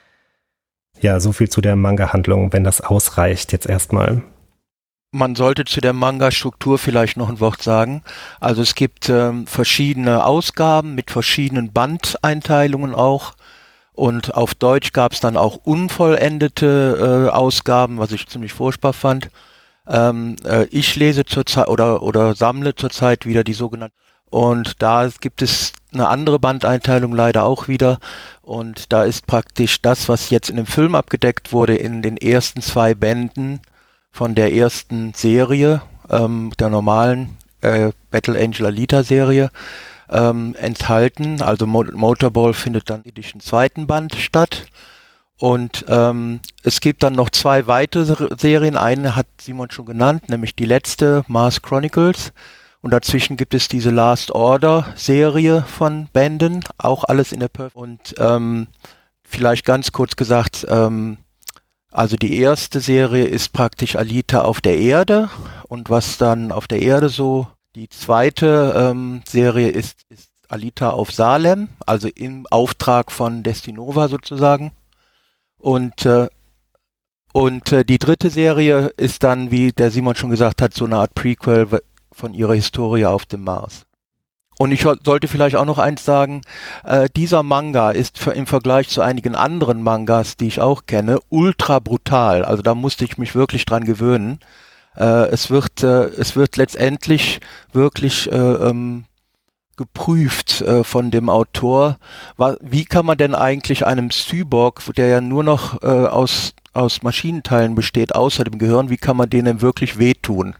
Ja, so viel zu der Manga-Handlung, wenn das ausreicht jetzt erstmal. Man sollte zu der Manga-Struktur vielleicht noch ein Wort sagen. Also es gibt ähm, verschiedene Ausgaben mit verschiedenen Bandeinteilungen auch. Und auf Deutsch gab es dann auch unvollendete äh, Ausgaben, was ich ziemlich furchtbar fand. Ähm, äh, ich lese zurzeit oder oder sammle zurzeit wieder die sogenannten. Und da gibt es eine andere Bandeinteilung leider auch wieder. Und da ist praktisch das, was jetzt in dem Film abgedeckt wurde, in den ersten zwei Bänden von der ersten Serie, ähm, der normalen äh, Battle Angel Alita Serie, ähm, enthalten. Also Mo- Motorball findet dann in dem zweiten Band statt. Und ähm, es gibt dann noch zwei weitere Serien. Eine hat Simon schon genannt, nämlich die letzte, Mars Chronicles. Und dazwischen gibt es diese Last Order Serie von Bänden, auch alles in der Perf. Und ähm, vielleicht ganz kurz gesagt, ähm, also die erste Serie ist praktisch Alita auf der Erde und was dann auf der Erde so, die zweite ähm, Serie ist, ist Alita auf Salem, also im Auftrag von Destinova sozusagen. Und, äh, und äh, die dritte Serie ist dann, wie der Simon schon gesagt hat, so eine Art Prequel von ihrer Historie auf dem Mars. Und ich sollte vielleicht auch noch eins sagen, äh, dieser Manga ist für, im Vergleich zu einigen anderen Mangas, die ich auch kenne, ultra brutal. Also da musste ich mich wirklich dran gewöhnen. Äh, es wird, äh, es wird letztendlich wirklich äh, ähm, geprüft äh, von dem Autor. Wa- wie kann man denn eigentlich einem Cyborg, der ja nur noch äh, aus, aus Maschinenteilen besteht, außer dem Gehirn, wie kann man denen wirklich wehtun?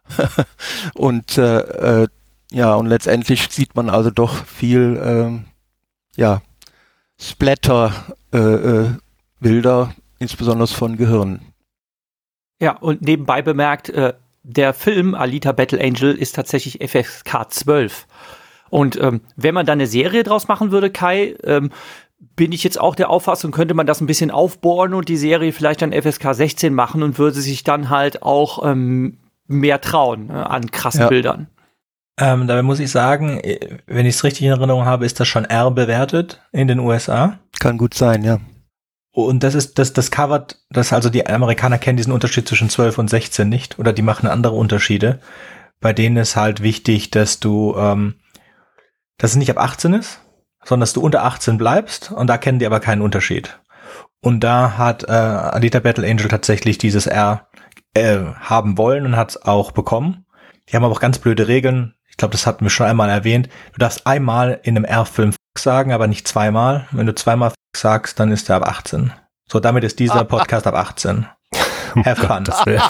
Und äh, äh, ja, und letztendlich sieht man also doch viel, ähm, ja, Splatter, äh, äh, Bilder, insbesondere von Gehirn. Ja, und nebenbei bemerkt, äh, der Film Alita Battle Angel ist tatsächlich F S K zwölf. Und ähm, wenn man da eine Serie draus machen würde, Kai, ähm, bin ich jetzt auch der Auffassung, könnte man das ein bisschen aufbohren und die Serie vielleicht dann F S K sechzehn machen und würde sich dann halt auch ähm, mehr trauen äh, an krassen Ja. Bildern. Ähm, dabei muss ich sagen, wenn ich es richtig in Erinnerung habe, ist das schon R bewertet in den U S A. Kann gut sein, ja. Und das ist, das, das covert, das also die Amerikaner kennen diesen Unterschied zwischen zwölf und sechzehn nicht, oder die machen andere Unterschiede. Bei denen ist halt wichtig, dass du, ähm, dass es nicht ab achtzehn ist, sondern dass du unter achtzehn bleibst, und da kennen die aber keinen Unterschied. Und da hat äh, Alita Battle Angel tatsächlich dieses R äh, haben wollen und hat es auch bekommen. Die haben aber auch ganz blöde Regeln. Ich glaube, das hatten wir schon einmal erwähnt. Du darfst einmal in einem R-Film sagen, aber nicht zweimal. Wenn du zweimal sagst, dann ist der ab achtzehn. So, damit ist dieser Podcast ab achtzehn. Have fun. Das wär.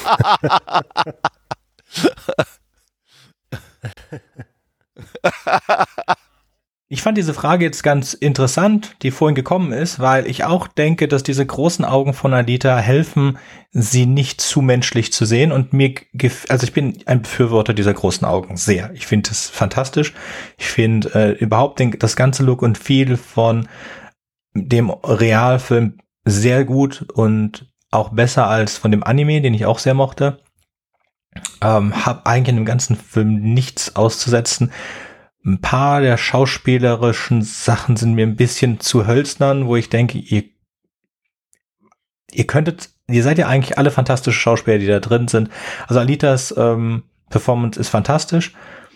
Ich fand diese Frage jetzt ganz interessant, die vorhin gekommen ist, weil ich auch denke, dass diese großen Augen von Alita helfen, sie nicht zu menschlich zu sehen. Und mir, gef- also ich bin ein Befürworter dieser großen Augen, sehr. Ich finde es fantastisch. Ich finde äh, überhaupt den, das ganze Look und Feel von dem Realfilm sehr gut und auch besser als von dem Anime, den ich auch sehr mochte. Ähm, hab eigentlich in dem ganzen Film nichts auszusetzen. Ein paar der schauspielerischen Sachen sind mir ein bisschen zu hölzern, wo ich denke, ihr, ihr könntet, ihr seid ja eigentlich alle fantastische Schauspieler, die da drin sind. Also Alitas ähm, Performance ist fantastisch.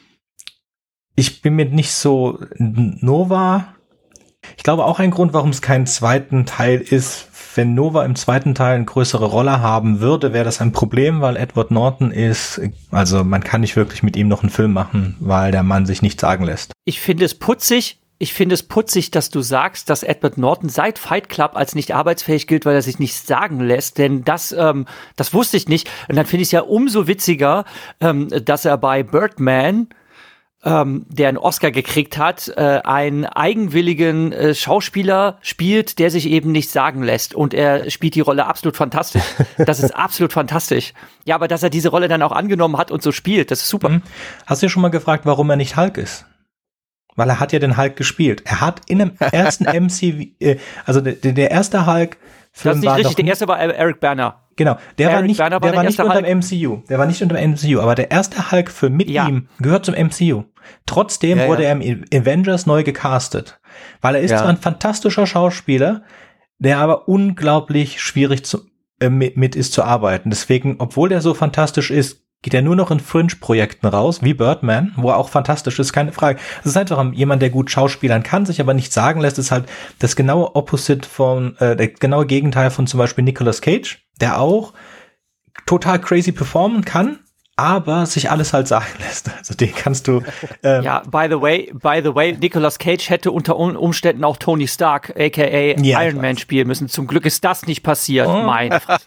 Ich bin mir nicht so Nova. Ich glaube auch ein Grund, warum es keinen zweiten Teil ist. Wenn Nova im zweiten Teil eine größere Rolle haben würde, wäre das ein Problem, weil Edward Norton ist, also man kann nicht wirklich mit ihm noch einen Film machen, weil der Mann sich nichts sagen lässt. Ich finde es putzig, ich finde es putzig, dass du sagst, dass Edward Norton seit Fight Club als nicht arbeitsfähig gilt, weil er sich nichts sagen lässt, denn das, ähm, das wusste ich nicht. Und dann finde ich es ja umso witziger, ähm, dass er bei Birdman, Ähm, der einen Oscar gekriegt hat, äh, einen eigenwilligen äh, Schauspieler spielt, der sich eben nichts sagen lässt. Und er spielt die Rolle absolut fantastisch. Das ist absolut fantastisch. Ja, aber dass er diese Rolle dann auch angenommen hat und so spielt, das ist super. Mhm. Hast du dir schon mal gefragt, warum er nicht Hulk ist? Weil er hat ja den Hulk gespielt. Er hat in einem ersten M C V, äh, also der, der erste Hulk Film das ist nicht war richtig, der erste war Eric Bana. Genau, der Eric war nicht, Bana war der war nicht unter Hulk. dem M C U. Der war nicht unter dem M C U, aber der erste Hulk-Film mit ja. ihm gehört zum M C U. Trotzdem ja, wurde ja. er im Avengers neu gecastet. Weil er ist ja. zwar ein fantastischer Schauspieler, der aber unglaublich schwierig zu, äh, mit, mit ist zu arbeiten. Deswegen, obwohl er so fantastisch ist, geht er nur noch in Fringe-Projekten raus, wie Birdman, wo er auch fantastisch ist, keine Frage. Es ist einfach jemand, der gut schauspielern kann, sich aber nicht sagen lässt, ist halt das genaue Opposite von, äh, der genaue Gegenteil von zum Beispiel Nicolas Cage, der auch total crazy performen kann, aber sich alles halt sagen lässt. Also den kannst du. Ähm, ja, by the way, by the way, Nicolas Cage hätte unter Umständen auch Tony Stark, aka ja, Iron Man, spielen müssen. Zum Glück ist das nicht passiert. Oh. Meine Fresse.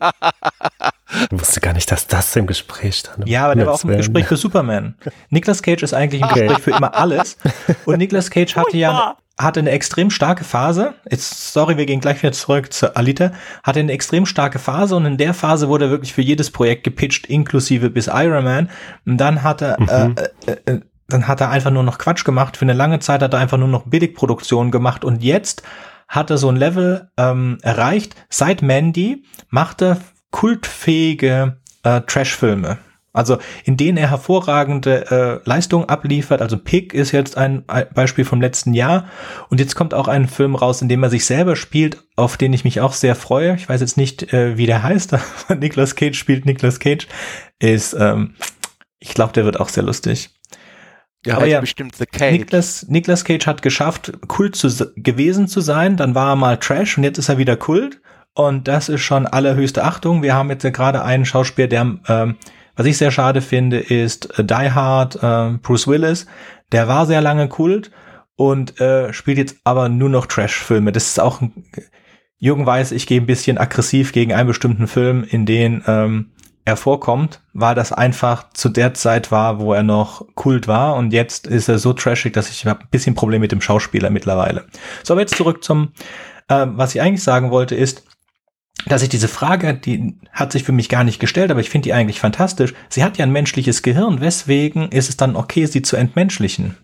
Ich wusste gar nicht, dass das im Gespräch stand. Ja, aber der war auch im Gespräch für Superman. Nicolas Cage ist eigentlich im okay. Gespräch für immer alles. Und Nicolas Cage hatte ja hatte eine extrem starke Phase. Jetzt, sorry, wir gehen gleich wieder zurück zu Alita. Hatte eine extrem starke Phase und in der Phase wurde er wirklich für jedes Projekt gepitcht, inklusive bis Iron Man. Und dann hat er, mhm. äh, äh, dann hat er einfach nur noch Quatsch gemacht. Für eine lange Zeit hat er einfach nur noch Billigproduktionen gemacht und jetzt hat er so ein Level ähm, erreicht. Seit Mandy macht er kultfähige äh, Trash-Filme. Also in denen er hervorragende äh, Leistungen abliefert. Also Pig ist jetzt ein, ein Beispiel vom letzten Jahr. Und jetzt kommt auch ein Film raus, in dem er sich selber spielt, auf den ich mich auch sehr freue. Ich weiß jetzt nicht, äh, wie der heißt. Nicolas Cage spielt Nicolas Cage. Ist, ähm, ich glaube, der wird auch sehr lustig. Ja, aber ja, bestimmt The Cage. Nicolas, Nicolas Cage hat geschafft, Kult zu, gewesen zu sein. Dann war er mal Trash und jetzt ist er wieder Kult. Und das ist schon allerhöchste Achtung. Wir haben jetzt ja gerade einen Schauspieler, der ähm, was ich sehr schade finde, ist äh, Die Hard, äh, Bruce Willis. Der war sehr lange Kult und äh, spielt jetzt aber nur noch Trash-Filme. Das ist auch, ein, Jürgen weiß, ich gehe ein bisschen aggressiv gegen einen bestimmten Film, in den ähm, er vorkommt, weil das einfach zu der Zeit war, wo er noch Kult war und jetzt ist er so trashig, dass ich habe ein bisschen Problem mit dem Schauspieler mittlerweile. So, aber jetzt zurück zum, äh, was ich eigentlich sagen wollte, ist, dass ich diese Frage, die hat sich für mich gar nicht gestellt, aber ich finde die eigentlich fantastisch. Sie hat ja ein menschliches Gehirn, weswegen ist es dann okay, sie zu entmenschlichen?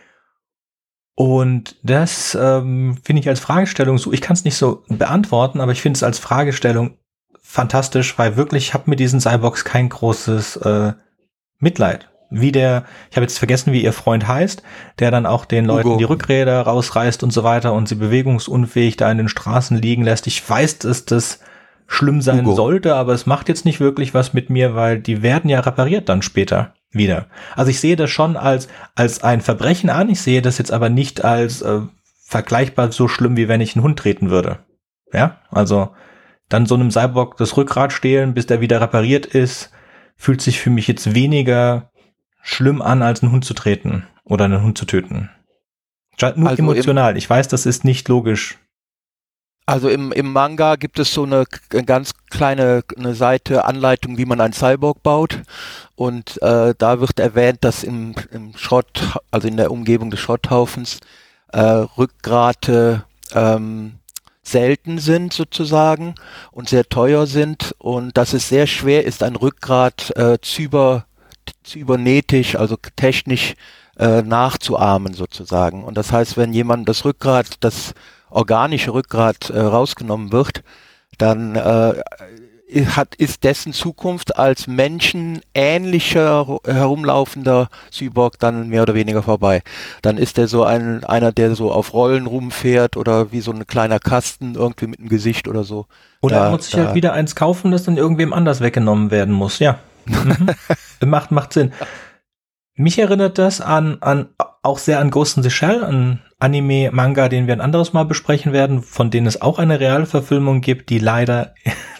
Und das ähm, finde ich als Fragestellung so, ich kann es nicht so beantworten, aber ich finde es als Fragestellung fantastisch, weil wirklich, ich habe mit diesen Cyborgs kein großes äh, Mitleid. Wie der, ich habe jetzt vergessen, wie ihr Freund heißt, der dann auch den Leuten Ugo. die Rückräder rausreißt und so weiter und sie bewegungsunfähig da in den Straßen liegen lässt. Ich weiß, dass das schlimm sein Ugo. sollte, aber es macht jetzt nicht wirklich was mit mir, weil die werden ja repariert dann später wieder. Also ich sehe das schon als als ein Verbrechen an, ich sehe das jetzt aber nicht als äh, vergleichbar so schlimm, wie wenn ich einen Hund treten würde. Ja, also dann so einem Cyborg das Rückgrat stehlen, bis der wieder repariert ist, fühlt sich für mich jetzt weniger schlimm an, als einen Hund zu treten oder einen Hund zu töten. Nur also emotional. Ich weiß, das ist nicht logisch. Also im, im Manga gibt es so eine, eine ganz kleine eine Seite Anleitung, wie man einen Cyborg baut. Und äh, da wird erwähnt, dass im, im Schrott, also in der Umgebung des Schrotthaufens, äh, Rückgrate ähm, selten sind sozusagen und sehr teuer sind und dass es sehr schwer ist, ein Rückgrat äh, zyber, zybernetisch, also technisch äh, nachzuahmen sozusagen. Und das heißt, wenn jemand das Rückgrat, das organische Rückgrat äh, rausgenommen wird, dann äh, hat, ist dessen Zukunft als menschenähnlicher herumlaufender Cyborg dann mehr oder weniger vorbei. Dann ist er so ein einer, der so auf Rollen rumfährt oder wie so ein kleiner Kasten irgendwie mit einem Gesicht oder so. Oder da, er muss sich da. halt wieder eins kaufen, das dann irgendwem anders weggenommen werden muss. Ja, mhm. macht, macht Sinn. Mich erinnert das an, an auch sehr an Ghost in the Shell, an Anime, Manga, den wir ein anderes Mal besprechen werden, von denen es auch eine Realverfilmung gibt, die leider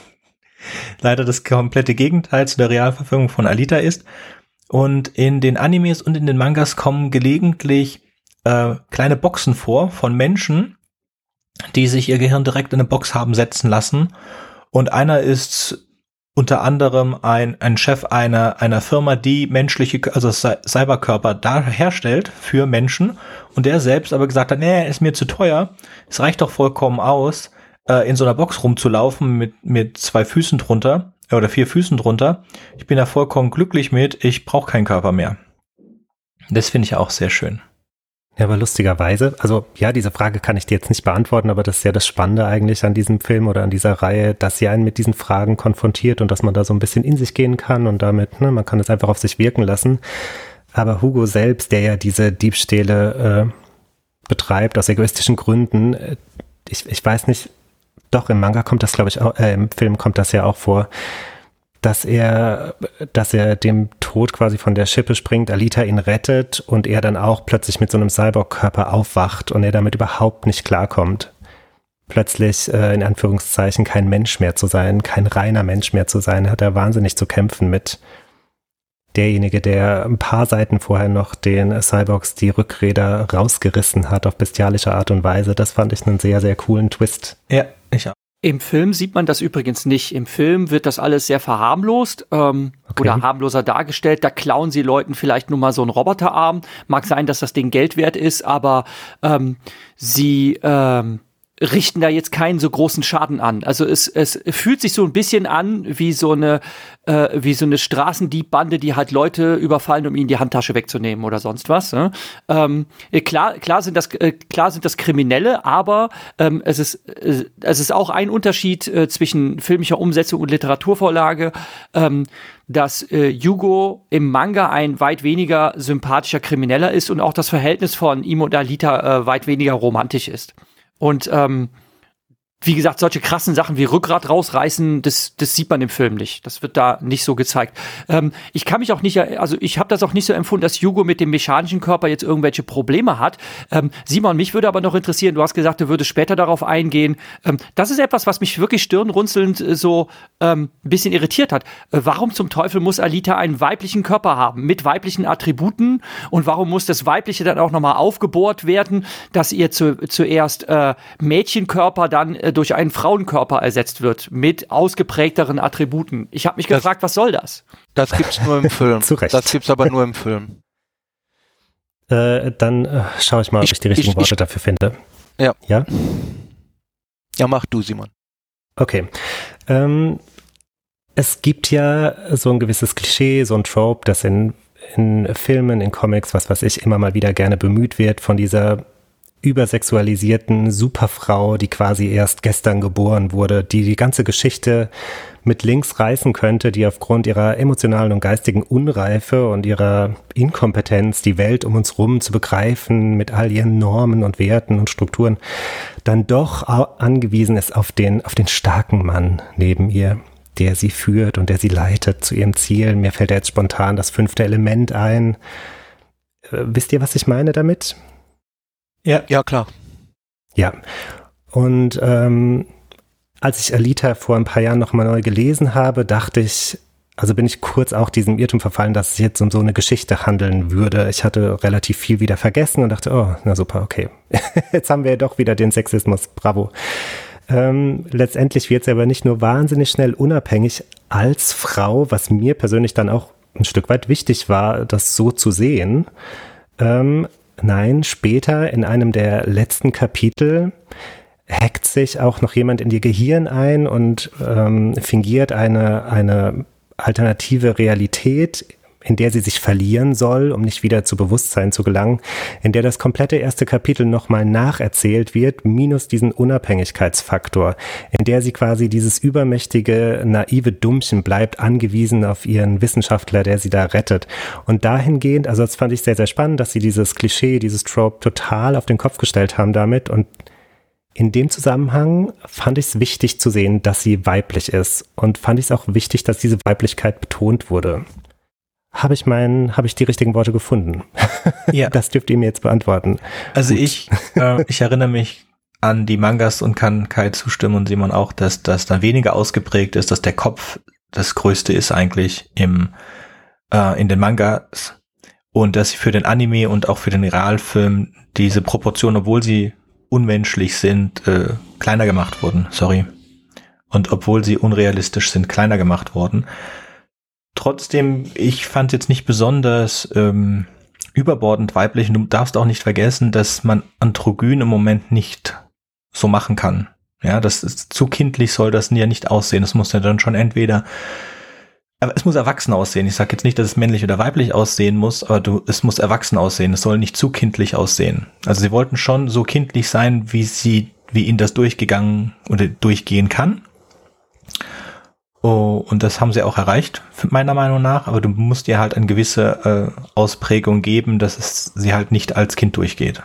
leider das komplette Gegenteil zu der Realverfilmung von Alita ist. Und in den Animes und in den Mangas kommen gelegentlich äh, kleine Boxen vor von Menschen, die sich ihr Gehirn direkt in eine Box haben setzen lassen. Und einer ist unter anderem ein, ein Chef einer, einer Firma, die menschliche, also Cyberkörper da herstellt für Menschen. Und der selbst aber gesagt hat, nee, ist mir zu teuer. Es reicht doch vollkommen aus, äh, in so einer Box rumzulaufen mit, mit zwei Füßen drunter oder vier Füßen drunter. Ich bin da vollkommen glücklich mit. Ich brauche keinen Körper mehr. Das finde ich auch sehr schön. Ja, aber lustigerweise, also ja, diese Frage kann ich dir jetzt nicht beantworten, aber das ist ja das Spannende eigentlich an diesem Film oder an dieser Reihe, dass sie einen mit diesen Fragen konfrontiert und dass man da so ein bisschen in sich gehen kann und damit, ne, man kann es einfach auf sich wirken lassen. Aber Hugo selbst, der ja diese Diebstähle äh, betreibt, aus egoistischen Gründen, äh, ich, ich weiß nicht, doch im Manga kommt das, glaube ich, auch, äh, im Film kommt das ja auch vor, dass er, dass er dem Tod quasi von der Schippe springt, Alita ihn rettet und er dann auch plötzlich mit so einem Cyborg-Körper aufwacht und er damit überhaupt nicht klarkommt. Plötzlich, äh, in Anführungszeichen, kein Mensch mehr zu sein, kein reiner Mensch mehr zu sein, hat er wahnsinnig zu kämpfen mit derjenige, der ein paar Seiten vorher noch den Cyborgs die Rückräder rausgerissen hat auf bestialische Art und Weise. Das fand ich einen sehr, sehr coolen Twist. Ja, ich auch. Im Film sieht man das übrigens nicht. Im Film wird das alles sehr verharmlost ähm, okay. oder harmloser dargestellt. Da klauen sie Leuten vielleicht nur mal so einen Roboterarm. Mag sein, dass das Ding Geld wert ist, aber ähm, sie ähm, richten da jetzt keinen so großen Schaden an. Also es, es fühlt sich so ein bisschen an wie so eine äh, wie so eine Straßendiebbande, die halt Leute überfallen, um ihnen die Handtasche wegzunehmen oder sonst was. Ne? Ähm, klar, klar sind das äh, klar sind das Kriminelle, aber ähm, es ist äh, es ist auch ein Unterschied äh, zwischen filmischer Umsetzung und Literaturvorlage. Ähm, dass äh, Yugo im Manga ein weit weniger sympathischer Krimineller ist und auch das Verhältnis von ihm und Alita äh, weit weniger romantisch ist. Und ähm, wie gesagt, solche krassen Sachen wie Rückgrat rausreißen, das, das sieht man im Film nicht. Das wird da nicht so gezeigt. Ähm, ich kann mich auch nicht, also ich habe das auch nicht so empfunden, dass Yugo mit dem mechanischen Körper jetzt irgendwelche Probleme hat. Ähm, Simon, mich würde aber noch interessieren, du hast gesagt, du würdest später darauf eingehen. Ähm, das ist etwas, was mich wirklich stirnrunzelnd äh, so ähm, ein bisschen irritiert hat. Äh, warum zum Teufel muss Alita einen weiblichen Körper haben, mit weiblichen Attributen? Und warum muss das Weibliche dann auch nochmal aufgebohrt werden, dass ihr zu, zuerst äh, Mädchenkörper dann äh, durch einen Frauenkörper ersetzt wird, mit ausgeprägteren Attributen. Ich habe mich das, gefragt, was soll das? Das gibt's nur im Film. Zu Recht. Das gibt's aber nur im Film. Äh, dann äh, schaue ich mal, ob ich, ich die richtigen ich, Worte ich, dafür finde. Ja. Ja? Ja, mach du, Simon. Okay. Ähm, es gibt ja so ein gewisses Klischee, so ein Trope, das in, in Filmen, in Comics, was weiß ich, immer mal wieder gerne bemüht wird, von dieser übersexualisierten Superfrau, die quasi erst gestern geboren wurde, die die ganze Geschichte mit links reißen könnte, die aufgrund ihrer emotionalen und geistigen Unreife und ihrer Inkompetenz, die Welt um uns rum zu begreifen, mit all ihren Normen und Werten und Strukturen, dann doch angewiesen ist auf den, auf den starken Mann neben ihr, der sie führt und der sie leitet zu ihrem Ziel. Mir fällt da jetzt spontan das fünfte Element ein. Äh, wisst ihr, was ich meine damit? Ja, ja, klar. Ja, und ähm, als ich Alita vor ein paar Jahren nochmal neu gelesen habe, dachte ich, also bin ich kurz auch diesem Irrtum verfallen, dass es jetzt um so eine Geschichte handeln würde. Ich hatte relativ viel wieder vergessen und dachte, oh, na super, okay. Jetzt haben wir ja doch wieder den Sexismus, bravo. Ähm, letztendlich wird sie aber nicht nur wahnsinnig schnell unabhängig als Frau, was mir persönlich dann auch ein Stück weit wichtig war, das so zu sehen. Ähm, nein, später in einem der letzten Kapitel hackt sich auch noch jemand in ihr Gehirn ein und ähm, fingiert eine, eine alternative Realität, in der sie sich verlieren soll, um nicht wieder zu Bewusstsein zu gelangen, in der das komplette erste Kapitel nochmal nacherzählt wird, minus diesen Unabhängigkeitsfaktor, in der sie quasi dieses übermächtige, naive Dummchen bleibt, angewiesen auf ihren Wissenschaftler, der sie da rettet. Und dahingehend, also das fand ich sehr, sehr spannend, dass sie dieses Klischee, dieses Trope total auf den Kopf gestellt haben damit, und in dem Zusammenhang fand ich es wichtig zu sehen, dass sie weiblich ist, und fand ich es auch wichtig, dass diese Weiblichkeit betont wurde. Habe ich meinen, habe ich die richtigen Worte gefunden? Ja. Das dürft ihr mir jetzt beantworten. Also Gut. ich, äh, ich erinnere mich an die Mangas und kann Kai zustimmen und Simon auch, dass das dann weniger ausgeprägt ist, dass der Kopf das Größte ist eigentlich im äh, in den Mangas, und dass für den Anime und auch für den Realfilm diese Proportionen, obwohl sie unmenschlich sind, äh, kleiner gemacht wurden. Sorry. Und obwohl sie unrealistisch sind, kleiner gemacht wurden. Trotzdem, ich fand jetzt nicht besonders ähm, überbordend weiblich. Und du darfst auch nicht vergessen, dass man Androgyn im Moment nicht so machen kann. Ja, das ist zu kindlich, soll das ja nicht aussehen. Es muss ja dann schon entweder, aber es muss erwachsen aussehen. Ich sage jetzt nicht, dass es männlich oder weiblich aussehen muss, aber du, es muss erwachsen aussehen. Es soll nicht zu kindlich aussehen. Also sie wollten schon so kindlich sein, wie sie, wie ihnen das durchgegangen oder durchgehen kann. Oh, und das haben sie auch erreicht, meiner Meinung nach. Aber du musst dir halt eine gewisse äh, Ausprägung geben, dass es sie halt nicht als Kind durchgeht.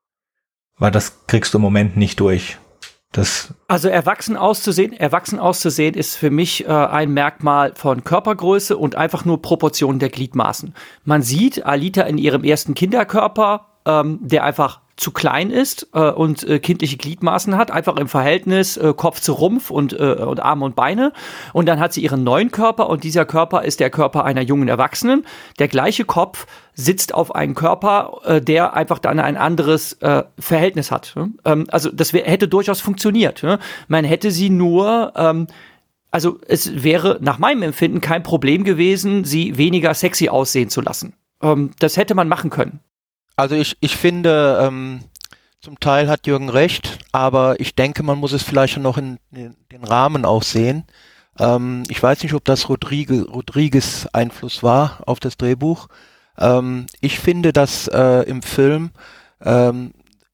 Weil das kriegst du im Moment nicht durch. Das also erwachsen auszusehen, erwachsen auszusehen ist für mich äh, ein Merkmal von Körpergröße und einfach nur Proportionen der Gliedmaßen. Man sieht Alita in ihrem ersten Kinderkörper, ähm, der einfach zu klein ist äh, und äh, kindliche Gliedmaßen hat, einfach im Verhältnis äh, Kopf zu Rumpf und, äh, und Arme und Beine. Und dann hat sie ihren neuen Körper, und dieser Körper ist der Körper einer jungen Erwachsenen. Der gleiche Kopf sitzt auf einem Körper, äh, der einfach dann ein anderes äh, Verhältnis hat. Ne? Ähm, also das wär, hätte durchaus funktioniert. Ne? Man hätte sie nur, ähm, also es wäre nach meinem Empfinden kein Problem gewesen, sie weniger sexy aussehen zu lassen. Ähm, das hätte man machen können. Also ich, ich finde, ähm, zum Teil hat Jürgen recht, aber ich denke, man muss es vielleicht noch in, in den Rahmen auch sehen. Ähm, ich weiß nicht, ob das Rodrigue, Rodriguez Einfluss war auf das Drehbuch. Ähm, ich finde, dass äh, im Film ähm,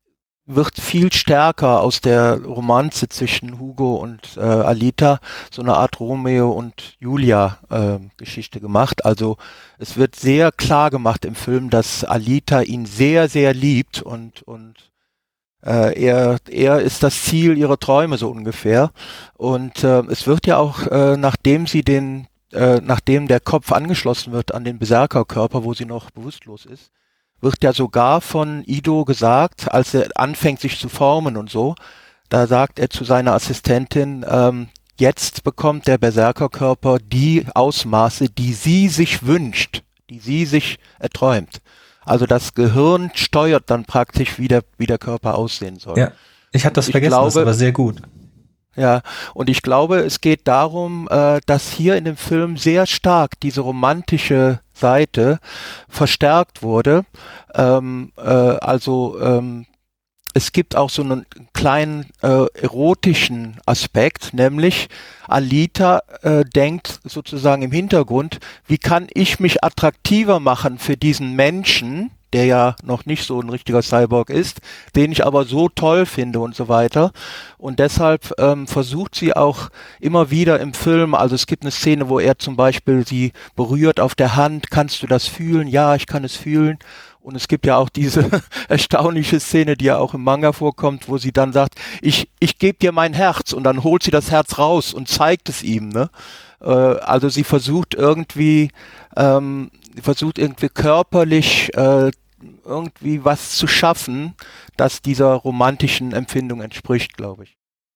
wird viel stärker aus der Romanze zwischen Hugo und äh, Alita so eine Art Romeo und Julia äh, Geschichte gemacht. Also es wird sehr klar gemacht im Film, dass Alita ihn sehr, sehr liebt, und und äh, er er ist das Ziel ihrer Träume so ungefähr. Und äh, es wird ja auch, äh, nachdem sie den, äh, nachdem der Kopf angeschlossen wird an den Berserkerkörper, wo sie noch bewusstlos ist, wird ja sogar von Ido gesagt, als er anfängt sich zu formen und so, da sagt er zu seiner Assistentin, ähm, jetzt bekommt der Berserkerkörper die Ausmaße, die sie sich wünscht, die sie sich erträumt. Also das Gehirn steuert dann praktisch, wie der, wie der Körper aussehen soll. Ja, ich hatte das ich vergessen, glaube, das war sehr gut. Ja, und ich glaube, es geht darum, äh, dass hier in dem Film sehr stark diese romantische Seite verstärkt wurde. Ähm, äh, also ähm, es gibt auch so einen kleinen äh, erotischen Aspekt, nämlich Alita äh, denkt sozusagen im Hintergrund, wie kann ich mich attraktiver machen für diesen Menschen, der ja noch nicht so ein richtiger Cyborg ist, den ich aber so toll finde und so weiter. Und deshalb ähm, versucht sie auch immer wieder im Film, also es gibt eine Szene, wo er zum Beispiel sie berührt auf der Hand, kannst du das fühlen? Ja, ich kann es fühlen. Und es gibt ja auch diese erstaunliche Szene, die ja auch im Manga vorkommt, wo sie dann sagt, ich ich gebe dir mein Herz, und dann holt sie das Herz raus und zeigt es ihm. Ne? Äh, also sie versucht irgendwie, ähm, versucht irgendwie körperlich äh, irgendwie was zu schaffen, das dieser romantischen Empfindung entspricht, glaube ich.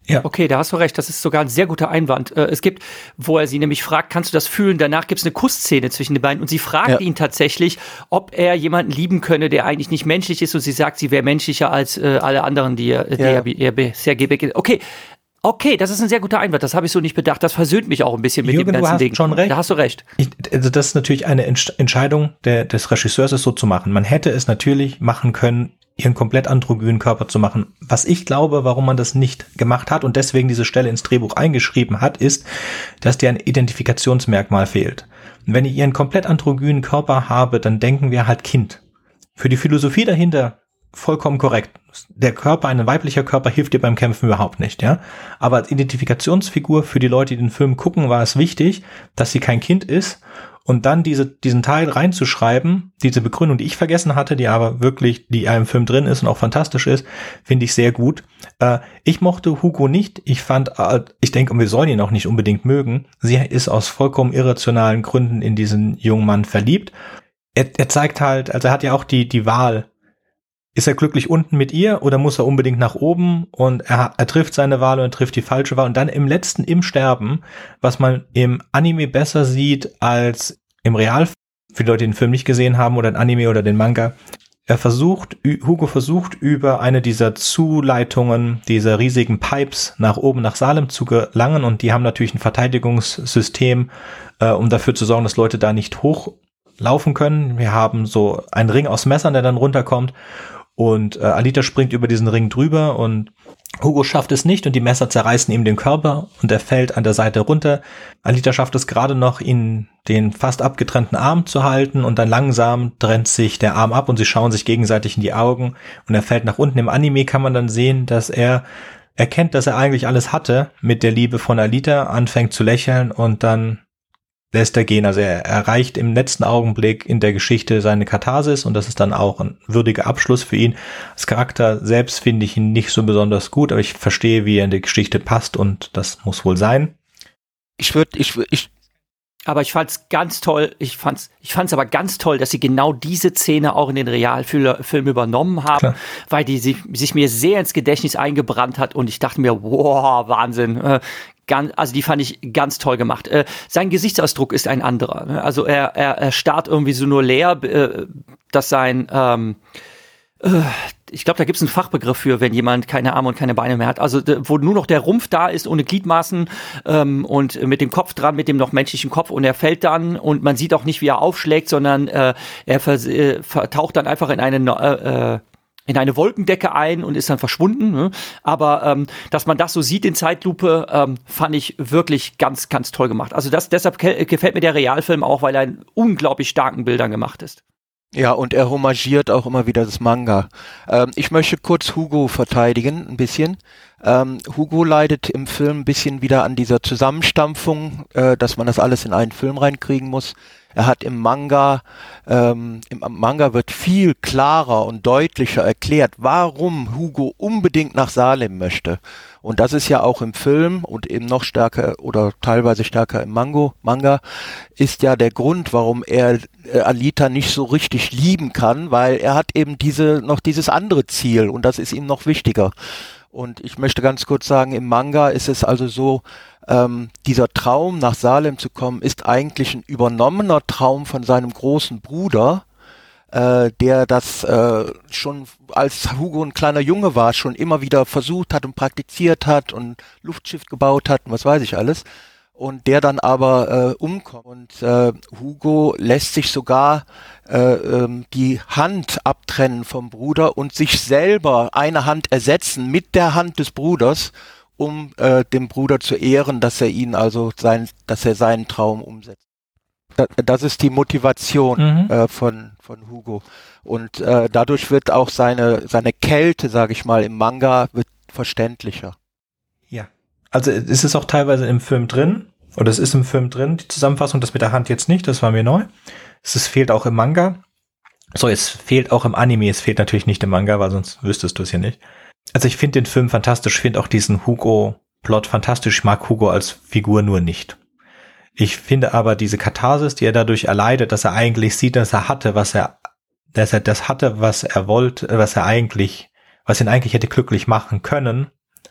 Ja. Okay, da hast du recht. Das ist sogar ein sehr guter Einwand. Äh, es gibt, wo er sie nämlich fragt, kannst du das fühlen? Danach gibt es eine Kussszene zwischen den beiden und sie fragt ja. ihn tatsächlich, ob er jemanden lieben könne, der eigentlich nicht menschlich ist und sie sagt, sie wäre menschlicher als äh, alle anderen, die er, ja. die er bisher gebet. Okay. Okay, das ist ein sehr guter Einwand. Das habe ich so nicht bedacht. Das versöhnt mich auch ein bisschen mit Jürgen, dem ganzen du hast Ding. Schon recht. Da hast du recht. Ich, also das ist natürlich eine Entsch- Entscheidung der, des Regisseurs, es so zu machen. Man hätte es natürlich machen können, ihren komplett androgynen Körper zu machen. Was ich glaube, warum man das nicht gemacht hat und deswegen diese Stelle ins Drehbuch eingeschrieben hat, ist, dass dir ein Identifikationsmerkmal fehlt. Und wenn ich ihren komplett androgynen Körper habe, dann denken wir halt Kind. Für die Philosophie dahinter vollkommen korrekt. Der Körper, ein weiblicher Körper, hilft dir beim Kämpfen überhaupt nicht, ja. Aber als Identifikationsfigur für die Leute, die den Film gucken, war es wichtig, dass sie kein Kind ist und dann diese, diesen Teil reinzuschreiben, diese Begründung, die ich vergessen hatte, die aber wirklich, die im Film drin ist und auch fantastisch ist, finde ich sehr gut. Äh, ich mochte Hugo nicht. Ich fand, äh, ich denke, wir sollen ihn auch nicht unbedingt mögen. Sie ist aus vollkommen irrationalen Gründen in diesen jungen Mann verliebt. Er, er zeigt halt, also er hat ja auch die, die Wahl. Ist er glücklich unten mit ihr oder muss er unbedingt nach oben? Und er, er trifft seine Wahl und er trifft die falsche Wahl. Und dann im letzten, im Sterben, was man im Anime besser sieht als im Realfilm, für die Leute, die den Film nicht gesehen haben oder den Anime oder den Manga, er versucht, Hugo versucht über eine dieser Zuleitungen, dieser riesigen Pipes nach oben nach Salem zu gelangen. Und die haben natürlich ein Verteidigungssystem, äh, um dafür zu sorgen, dass Leute da nicht hochlaufen können. Wir haben so einen Ring aus Messern, der dann runterkommt. Und äh, Alita springt über diesen Ring drüber und Hugo schafft es nicht und die Messer zerreißen ihm den Körper und er fällt an der Seite runter. Alita schafft es gerade noch, ihn den fast abgetrennten Arm zu halten und dann langsam trennt sich der Arm ab und sie schauen sich gegenseitig in die Augen und er fällt nach unten. Im Anime kann man dann sehen, dass er erkennt, dass er eigentlich alles hatte mit der Liebe von Alita, anfängt zu lächeln und dann lässt er gehen. Also er erreicht im letzten Augenblick in der Geschichte seine Katharsis und das ist dann auch ein würdiger Abschluss für ihn. Als Charakter selbst finde ich ihn nicht so besonders gut, aber ich verstehe, wie er in die Geschichte passt und das muss wohl sein. Ich würde, ich würde, ich Aber ich fand's ganz toll, ich fand's, ich fand's aber ganz toll, dass sie genau diese Szene auch in den Realfilm übernommen haben, Klar. weil die sich, sich mir sehr ins Gedächtnis eingebrannt hat und ich dachte mir, wow, Wahnsinn. Äh, Ganz, also die fand ich ganz toll gemacht. Äh, sein Gesichtsausdruck ist ein anderer. Ne? Also er, er, er starrt irgendwie so nur leer, äh, dass sein, ähm, äh, ich glaube, da gibt es einen Fachbegriff für, wenn jemand keine Arme und keine Beine mehr hat. Also wo nur noch der Rumpf da ist, ohne Gliedmaßen ähm, und mit dem Kopf dran, mit dem noch menschlichen Kopf und er fällt dann und man sieht auch nicht, wie er aufschlägt, sondern äh, er vers- äh, vertaucht dann einfach in eine äh, äh, in eine Wolkendecke ein und ist dann verschwunden. Ne? Aber ähm, dass man das so sieht in Zeitlupe, ähm, fand ich wirklich ganz, ganz toll gemacht. Also das, deshalb ke- gefällt mir der Realfilm auch, weil er in unglaublich starken Bildern gemacht ist. Ja, und er homagiert auch immer wieder das Manga. Ähm, ich möchte kurz Hugo verteidigen, ein bisschen. Ähm, Hugo leidet im Film ein bisschen wieder an dieser Zusammenstampfung, äh, dass man das alles in einen Film reinkriegen muss. Er hat im Manga, ähm, im Manga wird viel klarer und deutlicher erklärt, warum Hugo unbedingt nach Salem möchte. Und das ist ja auch im Film und eben noch stärker oder teilweise stärker im Mango, Manga, ist ja der Grund, warum er äh, Alita nicht so richtig lieben kann, weil er hat eben diese noch dieses andere Ziel und das ist ihm noch wichtiger. Und ich möchte ganz kurz sagen, im Manga ist es also so, ähm, dieser Traum, nach Salem zu kommen, ist eigentlich ein übernommener Traum von seinem großen Bruder, äh, der das äh, schon als Hugo ein kleiner Junge war, schon immer wieder versucht hat und praktiziert hat und Luftschiff gebaut hat und was weiß ich alles. Und der dann aber äh, umkommt. Und äh, Hugo lässt sich sogar äh, ähm, die Hand abtrennen vom Bruder und sich selber eine Hand ersetzen mit der Hand des Bruders, um äh, dem Bruder zu ehren, dass er ihn also sein, dass er seinen Traum umsetzt. Da, das ist die Motivation mhm. äh, von von Hugo. Und äh, dadurch wird auch seine seine Kälte, sage ich mal, im Manga wird verständlicher. Ja. Also es ist auch teilweise im Film drin, oder es ist im Film drin, die Zusammenfassung, das mit der Hand jetzt nicht, das war mir neu. Es ist, fehlt auch im Manga. So, es fehlt auch im Anime, es fehlt natürlich nicht im Manga, weil sonst wüsstest du es ja nicht. Also ich finde den Film fantastisch, finde auch diesen Hugo-Plot fantastisch, ich mag Hugo als Figur nur nicht. Ich finde aber diese Katharsis, die er dadurch erleidet, dass er eigentlich sieht, dass er hatte, was er, dass er das hatte, was er wollte, was er eigentlich, was ihn eigentlich hätte glücklich machen können,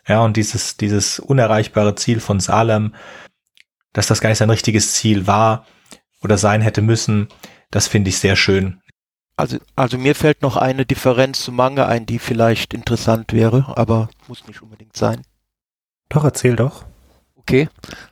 Ja, und dieses, dieses unerreichbare Ziel von Salem, dass das gar nicht sein richtiges Ziel war oder sein hätte müssen, das finde ich sehr schön. Also, also mir fällt noch eine Differenz zum Manga ein, die vielleicht interessant wäre, aber muss nicht unbedingt sein. Doch, erzähl doch. Okay.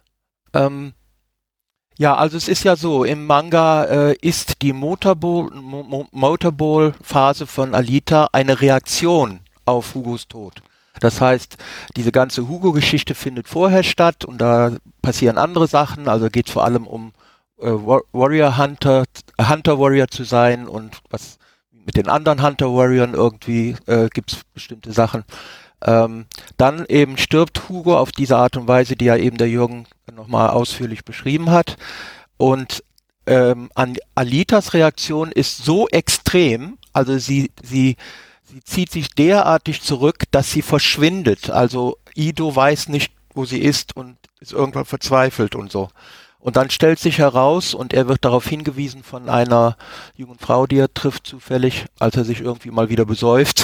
Ähm, ja, also es ist ja so, im Manga äh, ist die Motorball, Mo- Motorball-Phase von Alita eine Reaktion auf Hugos Tod. Das heißt, diese ganze Hugo-Geschichte findet vorher statt und da passieren andere Sachen, also geht es vor allem um äh, Warrior Hunter, Hunter Warrior zu sein und was mit den anderen Hunter Warriors irgendwie äh, gibt es bestimmte Sachen. Ähm, dann eben stirbt Hugo auf diese Art und Weise, die ja eben der Jürgen nochmal ausführlich beschrieben hat. Und ähm, an Alitas Reaktion ist so extrem, also sie, sie, sie zieht sich derartig zurück, dass sie verschwindet. Also Ido weiß nicht, wo sie ist und ist irgendwann verzweifelt und so. Und dann stellt sich heraus, und er wird darauf hingewiesen von einer jungen Frau, die er trifft zufällig, als er sich irgendwie mal wieder besäuft,